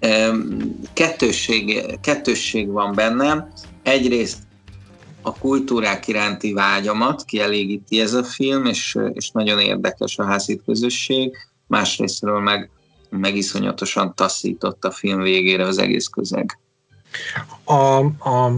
kettősség, kettősség van bennem. Egyrészt a kultúrák iránti vágyamat kielégíti ez a film, és, és nagyon érdekes a házit közösség. Másrésztről meg, meg iszonyatosan taszított a film végére az egész közeg. A, a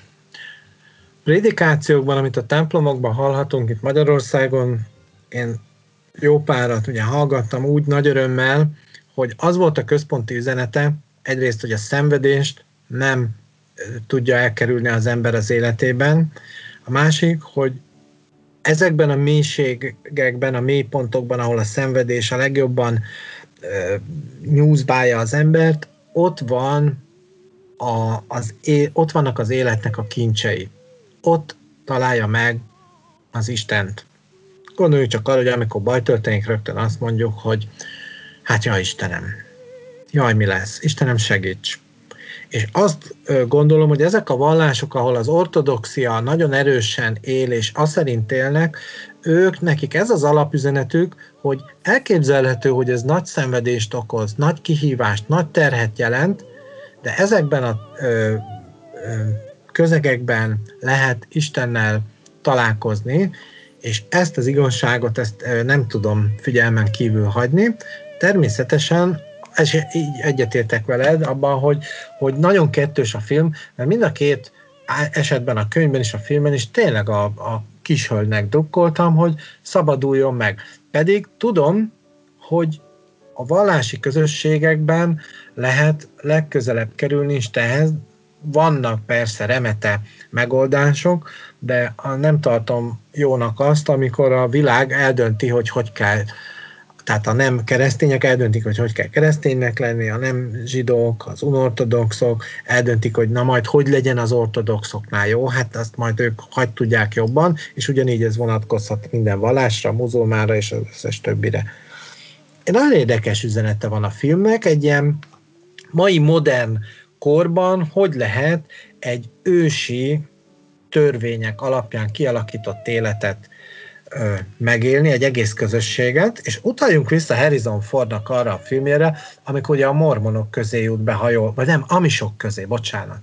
prédikációkban, amit a templomokban hallhatunk itt Magyarországon, én jó párat ugye hallgattam úgy nagy örömmel, hogy az volt a központi üzenete, egyrészt, hogy a szenvedést nem tudja elkerülni az ember az életében. A másik, hogy ezekben a mélységekben, a mélypontokban, ahol a szenvedés a legjobban uh, nyúzbálja az embert, ott van a, az é, ott vannak az életnek a kincsei. Ott találja meg az Istent. Gondoljuk csak arra, hogy amikor baj történik, rögtön azt mondjuk, hogy hát jaj Istenem, jaj mi lesz, Istenem segíts. És azt gondolom, hogy ezek a vallások, ahol az ortodoxia nagyon erősen él, és azt szerint élnek, ők, nekik ez az alapüzenetük, hogy elképzelhető, hogy ez nagy szenvedést okoz, nagy kihívást, nagy terhet jelent, de ezekben a ö, ö, közegekben lehet Istennel találkozni, és ezt az igazságot ezt ö, nem tudom figyelmen kívül hagyni. Természetesen és így egyetértek veled abban, hogy, hogy nagyon kettős a film, mert mind a két esetben, a könyvben és a filmben is tényleg a, a kishölgynek drukkoltam, hogy szabaduljon meg. Pedig tudom, hogy a vallási közösségekben lehet legközelebb kerülni Istenhez. Vannak persze remete megoldások, de nem tartom jónak azt, amikor a világ eldönti, hogy hogy kell. Tehát a nem keresztények eldöntik, hogy hogy kell kereszténynek lenni, a nem zsidók, az unortodoxok eldöntik, hogy na majd hogy legyen az ortodoxoknál jó, hát azt majd ők hagy tudják jobban, és ugyanígy ez vonatkozhat minden vallásra, muzulmánra és az összes többire. Nagyon érdekes üzenete van a filmnek, egy ilyen mai modern korban hogy lehet egy ősi törvények alapján kialakított életet ö, megélni, egy egész közösséget, és utaljunk vissza Harrison Fordnak arra a filmjére, amikor ugye a mormonok közé jut be hajol, vagy nem, amisok közé, bocsánat.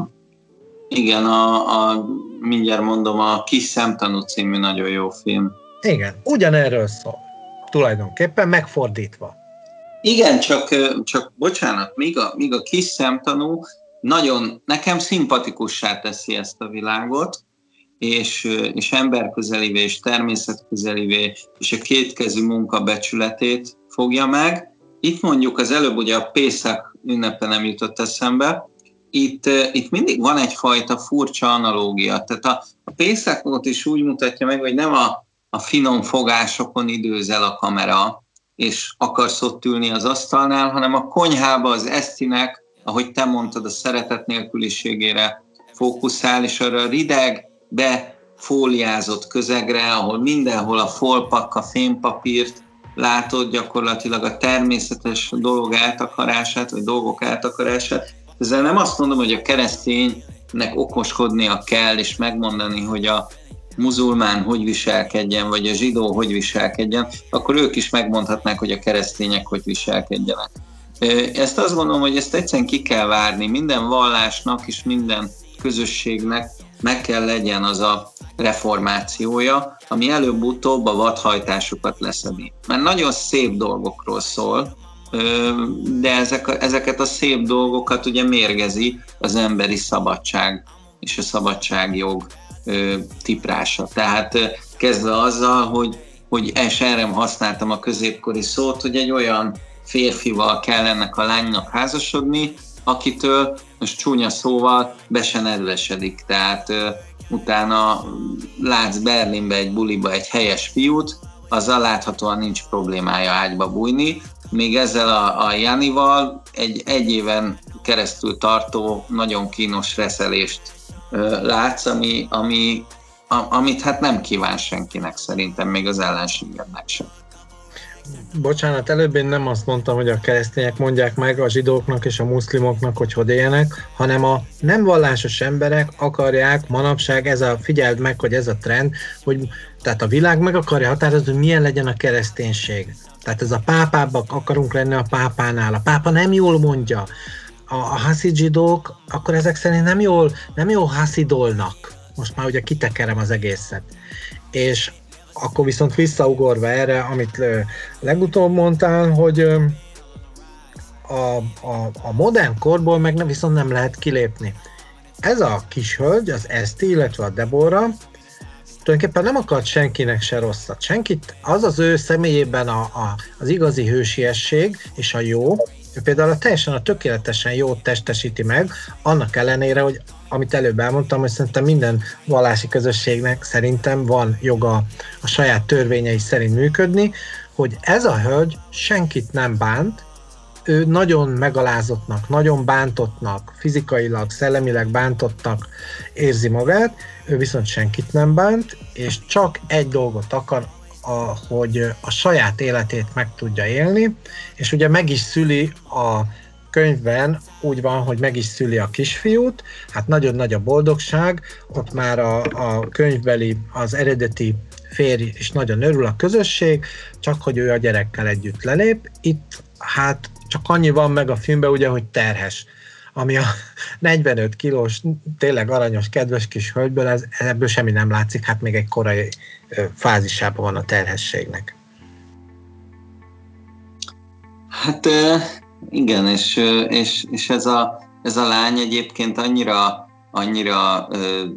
Igen, a, a, mindjárt mondom, a Kis szemtanú című nagyon jó film. Igen, ugyanerről szól. Tulajdonképpen megfordítva. Igen, csak, csak bocsánat, míg a, míg a Kis szemtanú nagyon nekem szimpatikussá teszi ezt a világot, és, és emberközelivé, és természetközelivé, és a kétkezű munka becsületét fogja meg. Itt mondjuk az előbb ugye a Pészak ünnepe nem jutott eszembe, itt, itt mindig van egyfajta furcsa analógia. Tehát a, a Pészakot is úgy mutatja meg, hogy nem a, a finom fogásokon időzel a kamera, és akarsz ott ülni az asztalnál, hanem a konyhába az esztinek, ahogy te mondtad, a szeretet nélküliségére fókuszál, és arra a rideg, befóliázott közegre, ahol mindenhol a folpak, a fémpapírt látod, gyakorlatilag a természetes dolog eltakarását, vagy dolgok eltakarását. Ezzel nem azt mondom, hogy a kereszténynek okoskodnia kell, és megmondani, hogy a muzulmán hogy viselkedjen, vagy a zsidó hogy viselkedjen, akkor ők is megmondhatnák, hogy a keresztények hogy viselkedjenek. Ezt azt gondolom, hogy ezt egyszerűen ki kell várni. Minden vallásnak és minden közösségnek meg kell legyen az a reformációja, ami előbb-utóbb a vadhajtásokat leszedi. Mert nagyon szép dolgokról szól, de ezek a, ezeket a szép dolgokat ugye mérgezi az emberi szabadság és a szabadságjog tiprása. Tehát kezdve azzal, hogy, hogy és erre használtam a középkori szót, hogy egy olyan férfival kell ennek a lánynak házasodni, akitől, most csúnya szóval, be se nedvesedik. Tehát uh, utána látsz Berlinbe egy buliba egy helyes fiút, azzal láthatóan nincs problémája ágyba bújni, még ezzel a, a Janival egy egy éven keresztül tartó, nagyon kínos reszelést uh, látsz, ami, ami, a, amit hát nem kíván senkinek szerintem, még az ellenségednek sem. Bocsánat, előbb én nem azt mondtam, hogy a keresztények mondják meg a zsidóknak és a muszlimoknak, hogy hogy éljenek, hanem a nem vallásos emberek akarják manapság, ez a, figyeld meg, hogy ez a trend, hogy tehát a világ meg akarja határozni, hogy milyen legyen a kereszténység. Tehát ez a pápábbak akarunk lenni a pápánál. A pápa nem jól mondja. A, a haszid zsidók akkor ezek szerint nem jól, nem jól haszidolnak. Most már ugye kitekerem az egészet. És akkor viszont visszaugorva erre, amit legutóbb mondtál, hogy a, a, a modern korból meg viszont nem lehet kilépni. Ez a kis hölgy, az Eszti, illetve a Deborah tulajdonképpen nem akart senkinek se rosszat. Senkit, az az ő személyében a, a, az igazi hősiesség és a jó, ő például a teljesen a tökéletesen jót testesíti meg, annak ellenére, hogy amit előbb elmondtam, hogy szerintem minden vallási közösségnek szerintem van joga a saját törvényei szerint működni, hogy ez a hölgy senkit nem bánt, ő nagyon megalázottnak, nagyon bántottnak, fizikailag, szellemileg bántottnak érzi magát, ő viszont senkit nem bánt, és csak egy dolgot akar, a, hogy a saját életét meg tudja élni, és ugye meg is szüli a könyvben, úgy van, hogy meg is szüli a kisfiút, hát nagyon nagy a boldogság, ott már a, a könyvbeli, az eredeti férj is nagyon örül, a közösség, csak hogy ő a gyerekkel együtt lelép. Itt hát csak annyi van meg a filmben, ugye, hogy terhes, ami a negyvenöt kilós, tényleg aranyos, kedves kis hölgyből, ez, ebből semmi nem látszik, hát még egy korai fázisában van a terhességnek. Hát igen, és, és, és ez, a, ez a lány egyébként annyira, annyira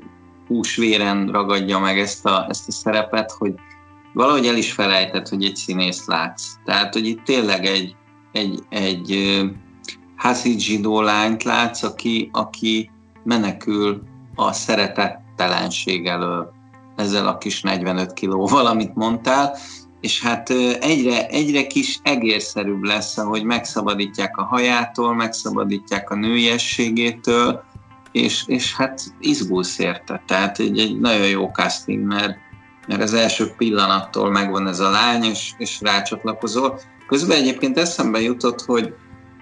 húsvéren ragadja meg ezt a, ezt a szerepet, hogy valahogy el is felejtett, hogy egy színészt látsz. Tehát, hogy itt tényleg egy, egy, egy haszid zsidó lányt látsz, aki, aki menekül a szeretettelenség elől ezzel a kis negyvenöt kilóval, amit mondtál, és hát egyre, egyre kis egérszerűbb lesz, ahogy megszabadítják a hajától, megszabadítják a nőiességétől, és, és hát izgulsz érte. Tehát egy, egy nagyon jó casting, mert, mert az első pillanattól megvan ez a lány, és, és rácsatlakozol. Közben egyébként eszembe jutott, hogy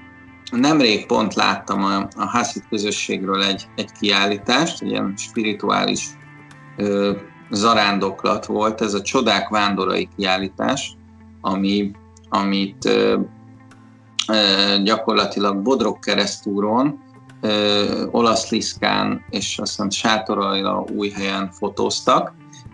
nemrég pont láttam a, a haszid közösségről egy, egy kiállítást, egy ilyen spirituális ö, zarándoklat volt, ez a Csodák Vándorai kiállítás, ami, amit ö, ö, gyakorlatilag Bodrog keresztúron, ö, Olaszliszkán és aztán Sátoralja Újhelyen fotóztak.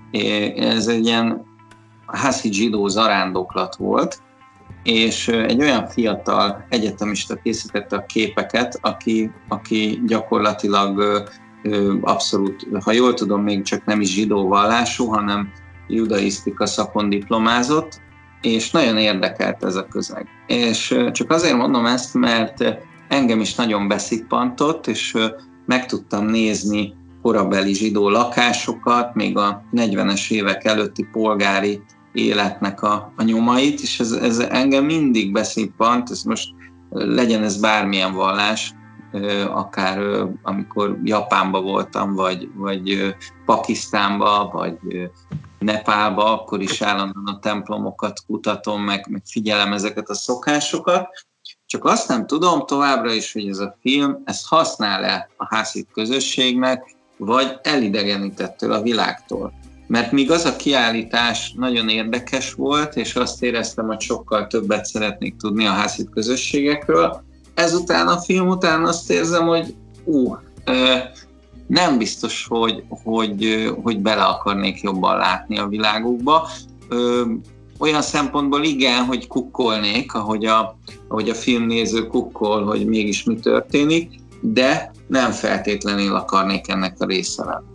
Ez egy ilyen haszid zsidó zarándoklat volt, és egy olyan fiatal egyetemista készítette a képeket, aki, aki gyakorlatilag abszolút, ha jól tudom, még csak nem is zsidó vallású, hanem judaisztika szakon diplomázott, és nagyon érdekelt ez a közeg. És csak azért mondom ezt, mert engem is nagyon beszippantott, és meg tudtam nézni korabeli zsidó lakásokat, még a negyvenes évek előtti polgári életnek a, a nyomait, és ez, ez engem mindig beszippant, ez most legyen ez bármilyen vallás, akár amikor Japánba voltam, vagy, vagy Pakisztánba, vagy Nepálba, akkor is állandóan a templomokat kutatom, meg, meg figyelem ezeket a szokásokat. Csak azt nem tudom továbbra is, hogy ez a film, ezt használ-e a haszid közösségnek, vagy elidegenítettől a világtól. Mert míg az a kiállítás nagyon érdekes volt, és azt éreztem, hogy sokkal többet szeretnék tudni a haszid közösségekről, ezután a film után azt érzem, hogy ú, nem biztos, hogy, hogy, hogy bele akarnék jobban látni a világukba. Olyan szempontból igen, hogy kukkolnék, ahogy a, ahogy a filmnéző kukkol, hogy mégis mi történik, de nem feltétlenül akarnék ennek a része lenni.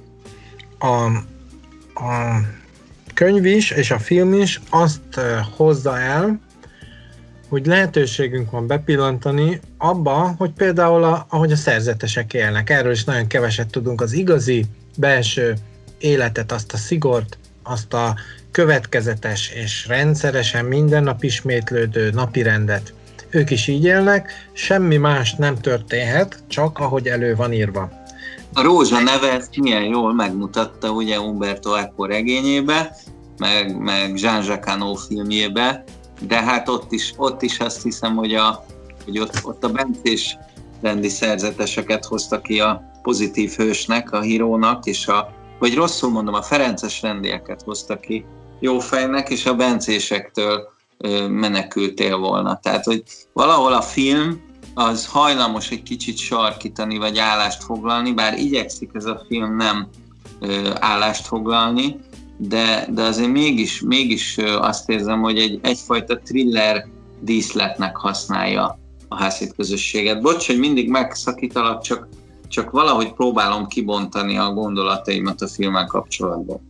A, a könyv is, és a film is azt hozza el, hogy lehetőségünk van bepillantani abba, hogy például a, ahogy a szerzetesek élnek. Erről is nagyon keveset tudunk. Az igazi belső életet, azt a szigort, azt a következetes és rendszeresen minden nap ismétlődő napirendet. Ők is így élnek, semmi más nem történhet, csak ahogy elő van írva. A Rózsa neve ezt milyen jól megmutatta ugye Umberto Eco regényébe, meg, meg Jean-Jacques Hano filmjébe, de hát ott is, ott is azt hiszem, hogy, a, hogy ott, ott a bencés rendi szerzeteseket hozta ki a pozitív hősnek, a hírónak, és a, vagy rosszul mondom, a ferences rendieket hozta ki jó fejnek, és a bencésektől ö, menekültél volna. Tehát, hogy valahol a film az hajlamos egy kicsit sarkítani, vagy állást foglalni, bár igyekszik ez a film nem ö, állást foglalni, de, de azért mégis, mégis ö, azt érzem, hogy egy, egyfajta thriller díszletnek használja a haszid közösséget. Bocs, hogy mindig megszakítalak, csak, csak valahogy próbálom kibontani a gondolataimat a filmmel kapcsolatban.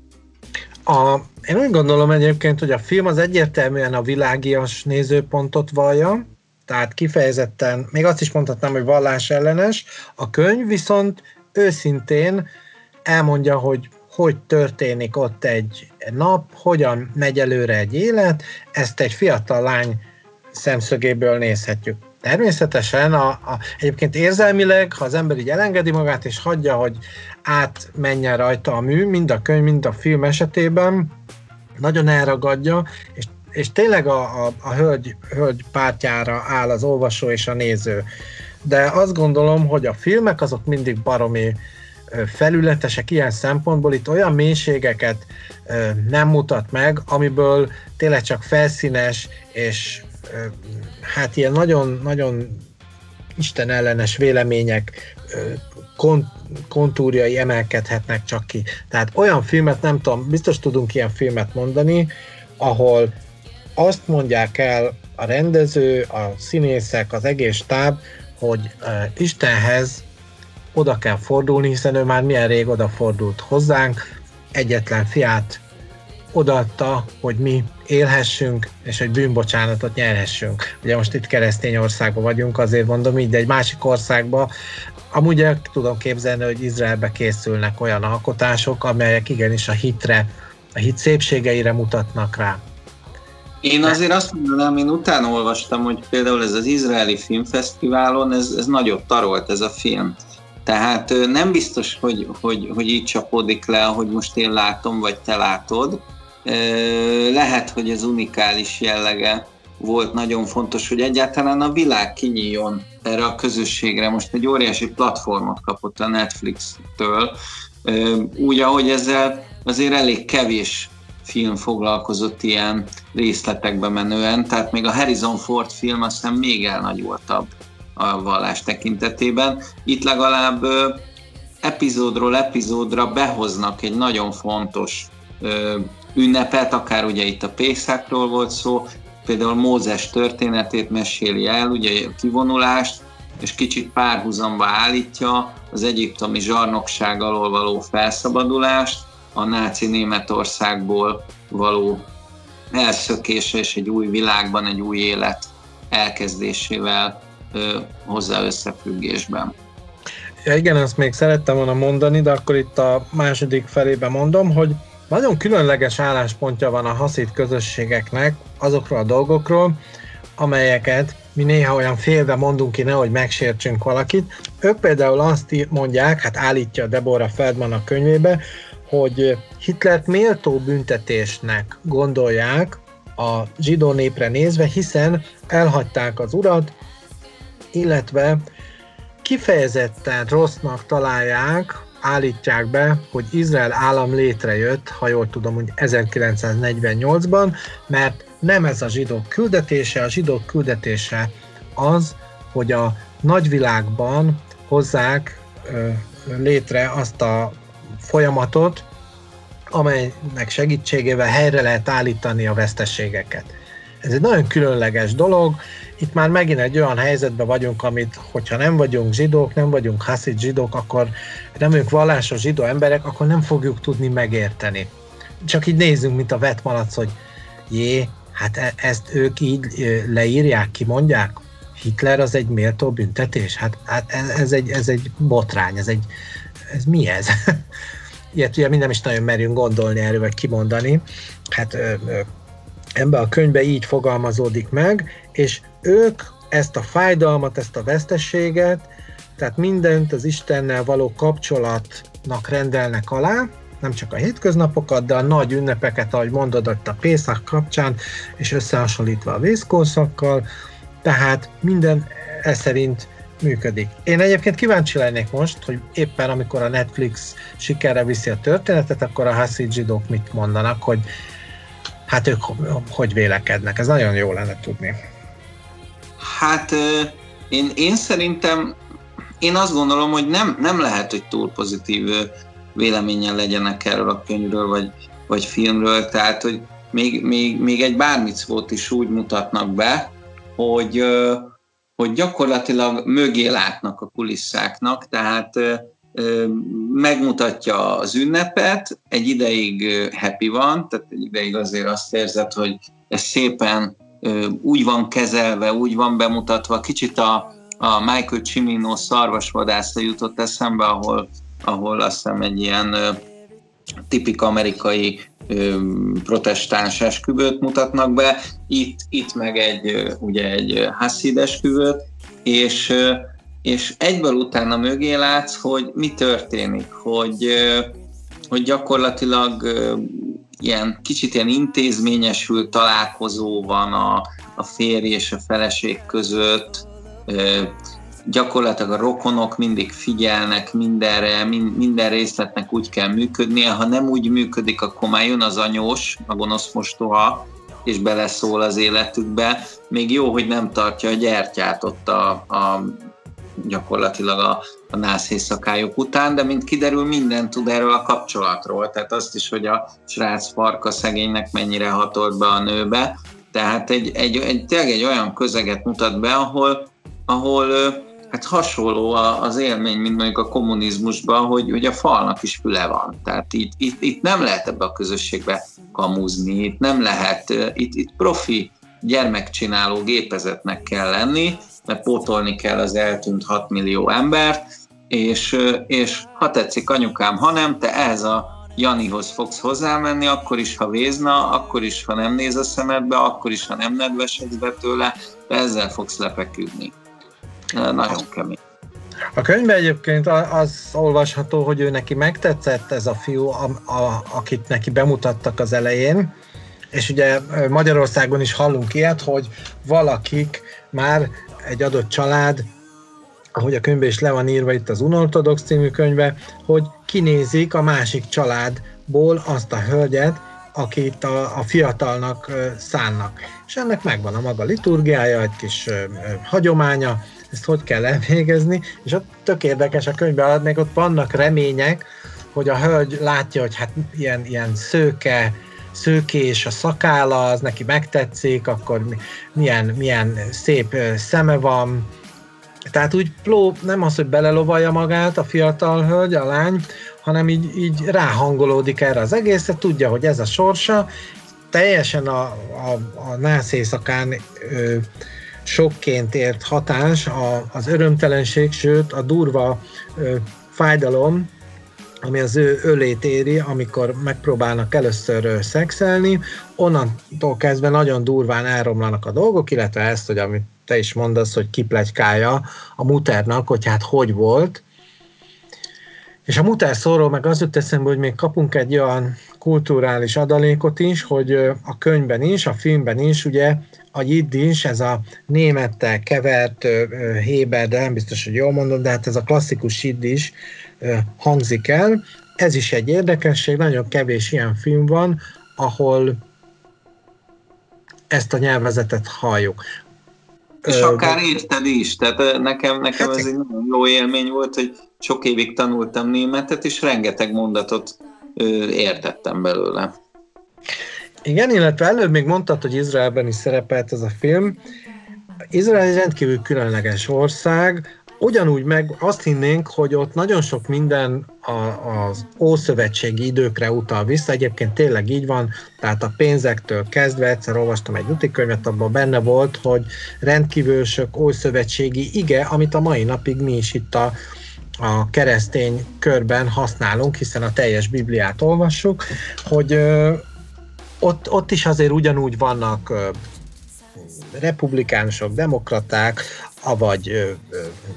A, én úgy gondolom egyébként, hogy a film az egyértelműen a világias nézőpontot vallja, tehát kifejezetten, még azt is mondhatnám, hogy vallásellenes, a könyv viszont őszintén elmondja, hogy hogy történik ott egy nap, hogyan megy előre egy élet, ezt egy fiatal lány szemszögéből nézhetjük. Természetesen a, a, egyébként érzelmileg, ha az ember így elengedi magát és hagyja, hogy átmenjen rajta a mű, mind a könyv, mind a film esetében, nagyon elragadja, és, és tényleg a, a, a hölgy, hölgy pártjára áll az olvasó és a néző. De azt gondolom, hogy a filmek azok mindig baromi felületesek ilyen szempontból, itt olyan mélységeket nem mutat meg, amiből tényleg csak felszínes és hát ilyen nagyon, nagyon istenellenes vélemények kont, kontúrjai emelkedhetnek csak ki. Tehát olyan filmet nem tudom, biztos tudunk ilyen filmet mondani, ahol azt mondják el a rendező, a színészek, az egész stáb, hogy Istenhez oda kell fordulni, hiszen ő már milyen rég odafordult hozzánk, egyetlen fiát odaadta, hogy mi élhessünk, és hogy bűnbocsánatot nyerhessünk. Ugye most itt keresztény országban vagyunk, azért mondom így, de egy másik országban, amúgy el tudom képzelni, hogy Izraelbe készülnek olyan alkotások, amelyek igenis a hitre, a hit szépségeire mutatnak rá. Én azért azt mondanám, én utána olvastam, hogy például ez az izraeli filmfesztiválon, ez, ez nagyot tarolt ez a film. Tehát nem biztos, hogy, hogy, hogy így csapódik le, ahogy most én látom, vagy te látod. Lehet, hogy ez unikális jellege volt nagyon fontos, hogy egyáltalán a világ kinyíljon erre a közösségre. Most egy óriási platformot kapott a Netflix-től, úgy, ahogy ezzel azért elég kevés film foglalkozott ilyen részletekbe menően, tehát még a Harrison Ford film azt hiszem még elnagyoltabb a vallás tekintetében. Itt legalább ö, epizódról epizódra behoznak egy nagyon fontos ö, ünnepet, akár ugye itt a Pészákról volt szó, például Mózes történetét meséli el, ugye a kivonulást, és kicsit párhuzamba állítja az egyiptomi zsarnokság alól való felszabadulást, a náci Németországból való elszökése és egy új világban, egy új élet elkezdésével ö, hozzá összefüggésben. Ja, igen, azt még szerettem volna mondani, de akkor itt a második felében mondom, hogy nagyon különleges álláspontja van a haszid közösségeknek azokról a dolgokról, amelyeket mi néha olyan félve mondunk ki, nehogy megsértsünk valakit. Ők például azt mondják, hát állítja Deborah Feldman a könyvébe, hogy Hitlert méltó büntetésnek gondolják a zsidó népre nézve, hiszen elhagyták az urat, illetve kifejezetten rossznak találják, állítják be, hogy Izrael állam létrejött, ha jól tudom, hogy ezerkilencszáznegyvennyolcban, mert nem ez a zsidók küldetése, a zsidók küldetése az, hogy a nagyvilágban hozzák ö, létre azt a folyamatot, amelynek segítségével helyre lehet állítani a veszteségeket. Ez egy nagyon különleges dolog, itt már megint egy olyan helyzetben vagyunk, amit, hogyha nem vagyunk zsidók, nem vagyunk haszid zsidók, akkor nem vagyunk vallásos zsidó emberek, akkor nem fogjuk tudni megérteni. Csak így nézzünk, mint a vetmalac, hogy jé, hát e- ezt ők így leírják, kimondják, Hitler az egy méltó büntetés? Hát, hát ez, egy, ez egy botrány, ez egy, ez mi ez? Ilyet ugye mi nem is nagyon merjünk gondolni erről, vagy kimondani. Hát ö, ö, ebben a könyvben így fogalmazódik meg, és ők ezt a fájdalmat, ezt a veszteséget, tehát mindent az Istennel való kapcsolatnak rendelnek alá, nem csak a hétköznapokat, de a nagy ünnepeket, ahogy mondod, a Pészak kapcsán, és összehasonlítva a vészkorszakkal, tehát minden ez szerint működik. Én egyébként kíváncsi lennék most, hogy éppen amikor a Netflix sikerre viszi a történetet, akkor a haszid zsidók mit mondanak, hogy hát ők hogy vélekednek. Ez nagyon jó lenne tudni. Hát én, én szerintem, én azt gondolom, hogy nem, nem lehet, hogy túl pozitív véleményen legyenek erről a könyvről, vagy, vagy filmről, tehát, hogy még, még, még egy bármicvót is úgy mutatnak be, hogy, hogy gyakorlatilag mögé látnak a kulisszáknak, tehát megmutatja az ünnepet, egy ideig happy van, tehát egy ideig azért azt érzed, hogy ez szépen úgy van kezelve, úgy van bemutatva, kicsit a, a Michael Cimino Szarvasvadászra jutott eszembe, ahol, ahol azt hiszem egy ilyen tipik amerikai protestáns esküvőt mutatnak be, itt, itt meg egy, ugye egy haszid esküvőt, és, és egyből utána mögé látsz, hogy mi történik, hogy, hogy gyakorlatilag ilyen kicsit ilyen intézményesült találkozó van a, a férj és a feleség között, gyakorlatilag a rokonok mindig figyelnek mindenre, minden részletnek úgy kell működnie, ha nem úgy működik, akkor már jön az anyós, a gonosz mostoha, és beleszól az életükbe. Még jó, hogy nem tartja a gyertyát ott a, a gyakorlatilag a, a nászészakájuk után, de mint kiderül, minden tud erről a kapcsolatról, tehát azt is, hogy a srác farka szegénynek mennyire hatolt be a nőbe, tehát egy, egy, egy, tényleg egy olyan közeget mutat be, ahol, ahol hát hasonló az élmény, mint mondjuk a kommunizmusban, hogy, hogy a falnak is füle van. Tehát itt, itt, itt nem lehet ebbe a közösségbe kamuzni, itt nem lehet, itt, itt profi gyermekcsináló gépezetnek kell lenni, mert pótolni kell az eltűnt hat millió embert, és, és ha tetszik anyukám, ha nem, te ehhez a Janihoz fogsz hozzámenni, akkor is, ha vézna, akkor is, ha nem néz a szemedbe, akkor is, ha nem nedvesedsz be tőle, de ezzel fogsz lepeküdni. Nagyon kemény. A könyvben egyébként az olvasható, hogy ő neki megtetszett ez a fiú, a, a, akit neki bemutattak az elején, és ugye Magyarországon is hallunk ilyet, hogy valakik már egy adott család, ahogy a könyvben is le van írva itt az Unorthodox című könyvbe, hogy kinézik a másik családból azt a hölgyet, akit a, a fiatalnak szánnak. És ennek megvan a maga liturgiája, egy kis ö, ö, hagyománya, ezt hogy kell elvégezni, és ott tök érdekes a könyvben, még ott vannak remények, hogy a hölgy látja, hogy hát ilyen, ilyen szőke, szőkés a szakálla, az neki megtetszik, akkor milyen, milyen szép szeme van. Tehát úgy pló, nem az, hogy belelovalja magát a fiatal hölgy, a lány, hanem így, így ráhangolódik erre az egészre, tudja, hogy ez a sorsa, teljesen a, a, a nász éjszakán ö, sokként ért hatás, a, az örömtelenség, sőt a durva ö, fájdalom, ami az ő ölét éri, amikor megpróbálnak először ö, szexelni, onnantól kezdve nagyon durván elromlanak a dolgok, illetve ezt, hogy amit te is mondasz, hogy kipletykálja a muternak, hogy hát hogy volt. És a muter szóról meg az jut eszembe, hogy még kapunk egy olyan kulturális adalékot is, hogy a könyvben is, a filmben is, ugye a jiddis, ez a némettel kevert héber, de nem biztos, hogy jól mondom, de hát ez a klasszikus jiddis hangzik el. Ez is egy érdekesség, nagyon kevés ilyen film van, ahol ezt a nyelvezetet halljuk. És akár érted is, tehát nekem, nekem ez egy nagyon jó élmény volt, hogy sok évig tanultam németet, és rengeteg mondatot ö, értettem belőle. Igen, illetve előbb még mondtad, hogy Izraelben is szerepelt ez a film. Izrael egy rendkívül különleges ország, ugyanúgy meg azt hinnénk, hogy ott nagyon sok minden az ószövetségi időkre utal vissza, egyébként tényleg így van, tehát a pénzektől kezdve, egyszer olvastam egy utikönyvet, abban benne volt, hogy rendkívül sok ószövetségi ige, amit a mai napig mi is itt a, a keresztény körben használunk, hiszen a teljes Bibliát olvassuk, hogy ö, ott, ott is azért ugyanúgy vannak ö, republikánusok, demokraták, avagy ö, ö,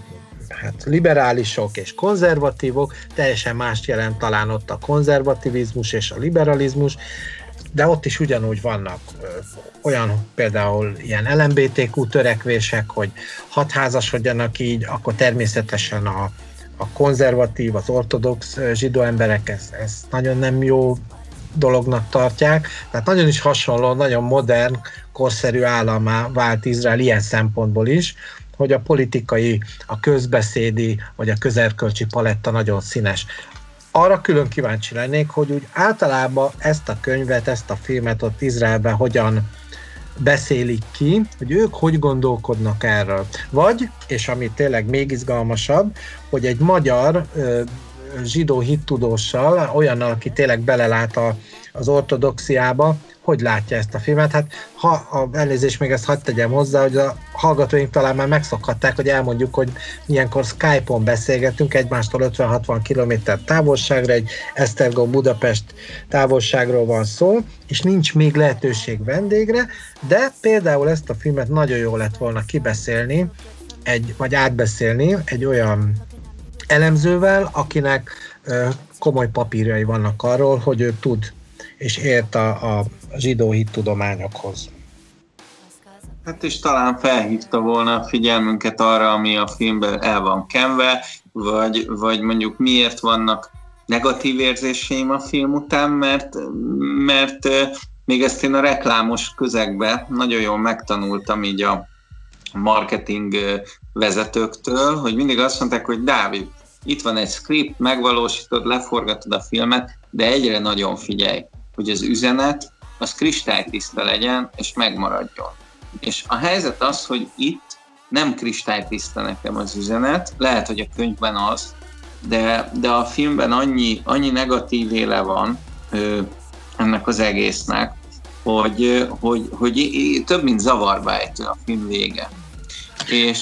hát liberálisok és konzervatívok, teljesen mást jelent talán ott a konzervativizmus és a liberalizmus, de ott is ugyanúgy vannak ö, olyan például ilyen el em bé té kú törekvések, hogy hadd házasodjanak így, akkor természetesen a, a konzervatív, az ortodox zsidó emberek ezt, ezt nagyon nem jó dolognak tartják, tehát nagyon is hasonló, nagyon modern, korszerű állammá vált Izrael ilyen szempontból is, hogy a politikai, a közbeszédi vagy a közerkölcsi paletta nagyon színes. Arra külön kíváncsi lennék, hogy úgy általában ezt a könyvet, ezt a filmet ott Izraelben hogyan beszélik ki, hogy ők hogy gondolkodnak erről. Vagy, és ami tényleg még izgalmasabb, hogy egy magyar ö, zsidó hittudóssal, olyannal, aki tényleg belelát a, az ortodoxiába, hogy látja ezt a filmet. Hát ha a elnézést még ezt hadd tegyem hozzá, hogy a hallgatóink talán már megszokhatták, hogy elmondjuk, hogy milyenkor Skype-on beszélgetünk, egymástól ötven-hatvan kilométer távolságra, egy Esztergom-Budapest távolságról van szó, és nincs még lehetőség vendégre, de például ezt a filmet nagyon jó lett volna kibeszélni, egy, vagy átbeszélni egy olyan elemzővel, akinek ö, komoly papírjai vannak arról, hogy ő tud és ért a, a zsidó hittudományokhoz. Hát és talán felhívta volna a figyelmünket arra, ami a filmben el van kenve, vagy, vagy mondjuk miért vannak negatív érzéseim a film után, mert, mert még ezt én a reklámos közegben nagyon jól megtanultam így a marketing vezetőktől, hogy mindig azt mondták, hogy Dávid, itt van egy script, megvalósítod, leforgatod a filmet, de egyre nagyon figyelj, hogy az üzenet az kristálytiszta legyen, és megmaradjon. És a helyzet az, hogy itt nem kristálytiszta nekem az üzenet, lehet, hogy a könyvben az, de, de a filmben annyi, annyi negatív éle van ö, ennek az egésznek, hogy, hogy, hogy több mint zavarba ejtő a film vége. És,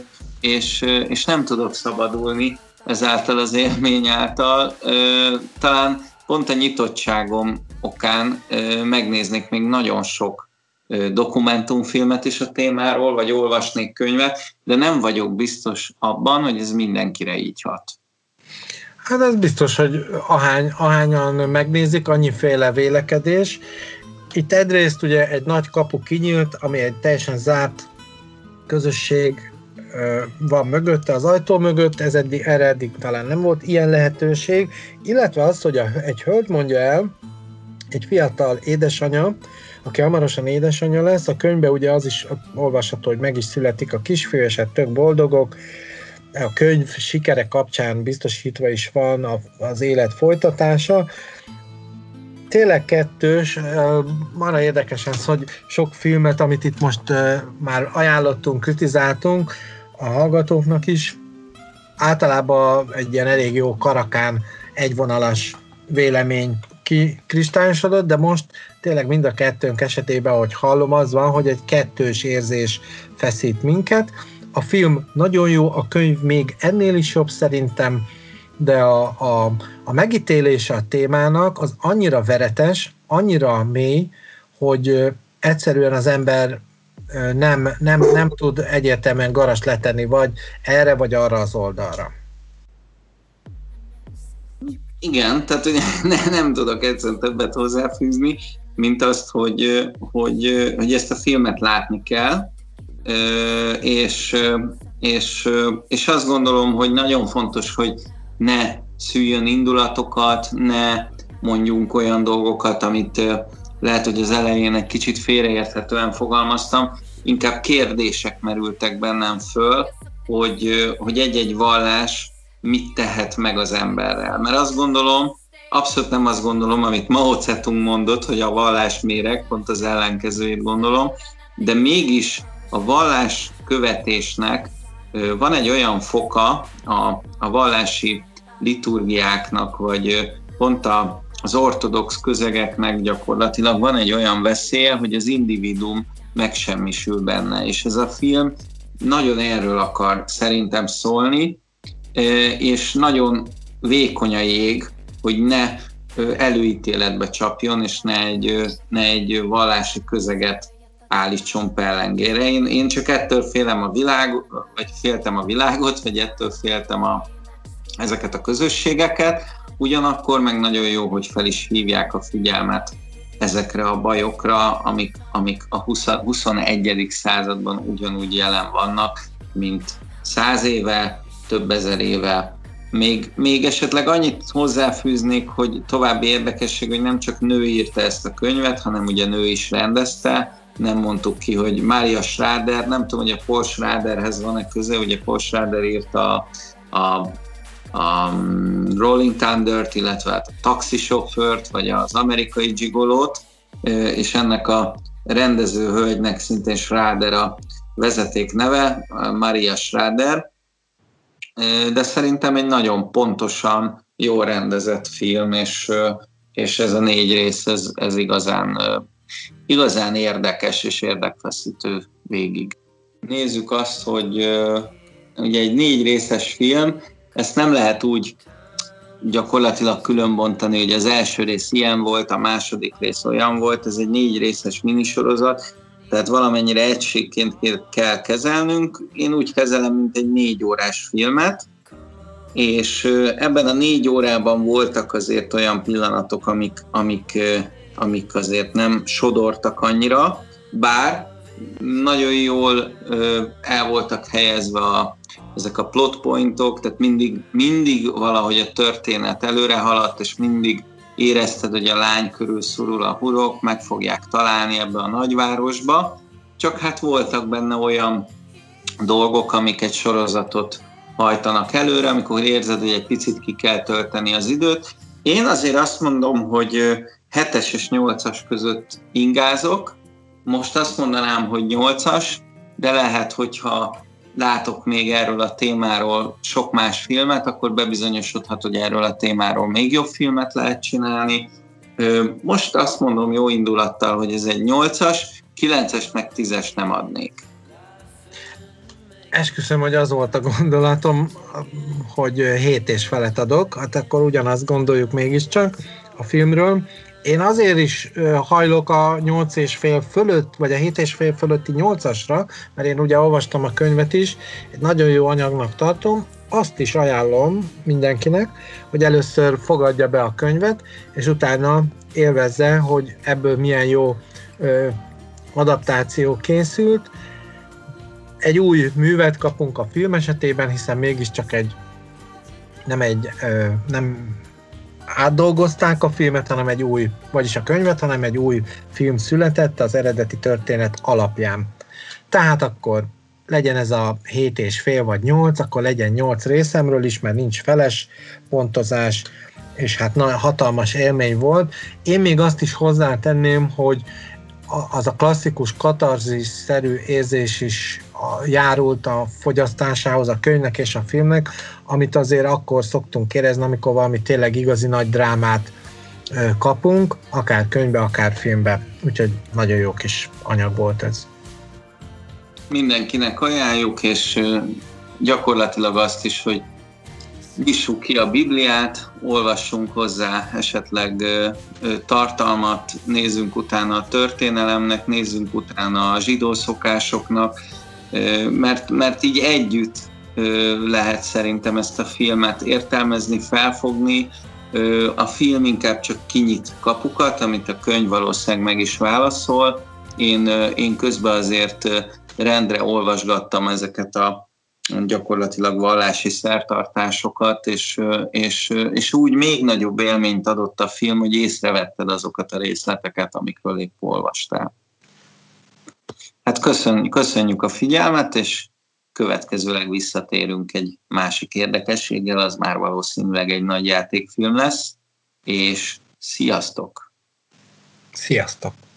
és, és nem tudok szabadulni ezáltal az élmény által. Talán pont a nyitottságom okán megnéznék még nagyon sok dokumentumfilmet is a témáról, vagy olvasnék könyvet, de nem vagyok biztos abban, hogy ez mindenkire így hat. Hát ez biztos, hogy ahány, ahányan megnézik, annyiféle vélekedés. Itt egyrészt ugye egy nagy kapu kinyílt, ami egy teljesen zárt közösség van mögötte, az ajtó mögött, ez eddig, erre eddig talán nem volt ilyen lehetőség, illetve az, hogy a, egy hölgy mondja el, egy fiatal édesanya, aki hamarosan édesanyja lesz, a könyvben ugye az is olvasható, hogy meg is születik a kisfiú, és hát tök boldogok, a könyv sikere kapcsán biztosítva is van az élet folytatása. Tényleg kettős, arra érdekes ez, hogy sok filmet, amit itt most már ajánlottunk, kritizáltunk a hallgatóknak is, általában egy ilyen elég jó karakán, egyvonalas vélemény kikristályosodott, de most tényleg mind a kettőnk esetében, ahogy hallom, az van, hogy egy kettős érzés feszít minket. A film nagyon jó, a könyv még ennél is jobb szerintem, de a, a, a megítélése a témának az annyira veretes, annyira mély, hogy egyszerűen az ember nem, nem, nem tud egyértelműen garast letenni, vagy erre, vagy arra az oldalra. Igen, tehát ne, nem tudok egyszerűen többet hozzáfűzni, mint azt, hogy, hogy, hogy ezt a filmet látni kell, és, és, és azt gondolom, hogy nagyon fontos, hogy ne szüljön indulatokat, ne mondjunk olyan dolgokat, amit lehet, hogy az elején egy kicsit félreérthetően fogalmaztam, inkább kérdések merültek bennem föl, hogy, hogy egy-egy vallás mit tehet meg az emberrel. Mert azt gondolom, abszolút nem azt gondolom, amit Mao Zedong mondott, hogy a vallás méreg, pont az ellenkezőjét gondolom, de mégis a vallás követésnek van egy olyan foka a, a vallási liturgiáknak, vagy pont a, az ortodox közegeknek gyakorlatilag van egy olyan veszélye, hogy az individuum megsemmisül benne. És ez a film nagyon erről akar szerintem szólni, és nagyon vékony a jég, hogy ne előítéletbe csapjon, és ne egy, ne egy vallási közeget állítson pellengére. Én, én csak ettől félem a világot, vagy féltem a világot, vagy ettől féltem a, ezeket a közösségeket. Ugyanakkor meg nagyon jó, hogy fel is hívják a figyelmet ezekre a bajokra, amik, amik a huszonegyedik században ugyanúgy jelen vannak, mint száz éve, több ezer éve. Még, még esetleg annyit hozzáfűznék, hogy további érdekesség, hogy nem csak nő írta ezt a könyvet, hanem ugye nő is rendezte. Nem mondtuk ki, hogy Mária Schrader, nem tudom, hogy a Paul Schraderhez van-e köze, ugye Paul Schrader írta a, a, a Rolling Thundert, illetve hát a taxisofőrt, vagy az Amerikai Gigolót, és ennek a rendező hölgynek szintén Schrader a vezeték neve, Maria Schrader, de szerintem egy nagyon pontosan jó rendezett film, és, és ez a négy rész, ez, ez igazán, igazán érdekes és érdekfeszítő végig. Nézzük azt, hogy ugye egy négy részes film, ezt nem lehet úgy gyakorlatilag különbontani, hogy az első rész ilyen volt, a második rész olyan volt, ez egy négy részes minisorozat, tehát valamennyire egységként kell kezelnünk. Én úgy kezelem, mint egy négy órás filmet, és ebben a négy órában voltak azért olyan pillanatok, amik, amik, amik azért nem sodortak annyira, bár nagyon jól el voltak helyezve a, ezek a plot pointok, tehát mindig, mindig valahogy a történet előre haladt, és mindig érezted, hogy a lány körül szorul a hurok, meg fogják találni ebbe a nagyvárosba, csak hát voltak benne olyan dolgok, amik egy sorozatot hajtanak előre, amikor érzed, hogy egy picit ki kell tölteni az időt. Én azért azt mondom, hogy hetes és nyolcas között ingázok, most azt mondanám, hogy nyolcas, de lehet, hogyha látok még erről a témáról sok más filmet, akkor bebizonyosodhat, hogy erről a témáról még jobb filmet lehet csinálni. Most azt mondom jó indulattal, hogy ez egy nyolcas, kilences meg tízes nem adnék. Esküszöm, hogy az volt a gondolatom, hogy hét és felet adok, hát akkor ugyanazt gondoljuk mégiscsak a filmről. Én azért is hajlok a nyolc és fél fölött, vagy a hét és fél fölötti nyolcasra, mert én ugye olvastam a könyvet is, egy nagyon jó anyagnak tartom, azt is ajánlom mindenkinek, hogy először fogadja be a könyvet, és utána élvezze, hogy ebből milyen jó ö, adaptáció készült. Egy új művet kapunk a film esetében, hiszen mégiscsak egy nem egy ö, nem átdolgozták a filmet, hanem egy új, vagyis a könyvet, hanem egy új film született az eredeti történet alapján. Tehát akkor legyen ez a hét és fél vagy nyolc, akkor legyen nyolc részemről is, mert nincs feles pontozás, és hát na, hatalmas élmény volt. Én még azt is hozzátenném, hogy az a klasszikus katarzis-szerű érzés is járult a fogyasztásához a könyvnek és a filmnek, amit azért akkor szoktunk érezni, amikor valami tényleg igazi nagy drámát kapunk, akár könyvbe, akár filmbe. Úgyhogy nagyon jó kis anyag volt ez. Mindenkinek ajánljuk, és gyakorlatilag azt is, hogy nyissuk ki a Bibliát, olvassunk hozzá esetleg tartalmat, nézzünk utána a történelemnek, nézzünk utána a zsidó szokásoknak, mert, mert így együtt lehet szerintem ezt a filmet értelmezni, felfogni. A film inkább csak kinyit kapukat, amit a könyv valószínűleg meg is válaszol. Én, én közben azért rendre olvasgattam ezeket a gyakorlatilag vallási szertartásokat, és, és, és úgy még nagyobb élményt adott a film, hogy észrevetted azokat a részleteket, amikről épp olvastál. Hát köszönjük, köszönjük a figyelmet, és következőleg visszatérünk egy másik érdekességgel, az már valószínűleg egy nagy játékfilm lesz, és sziasztok! Sziasztok!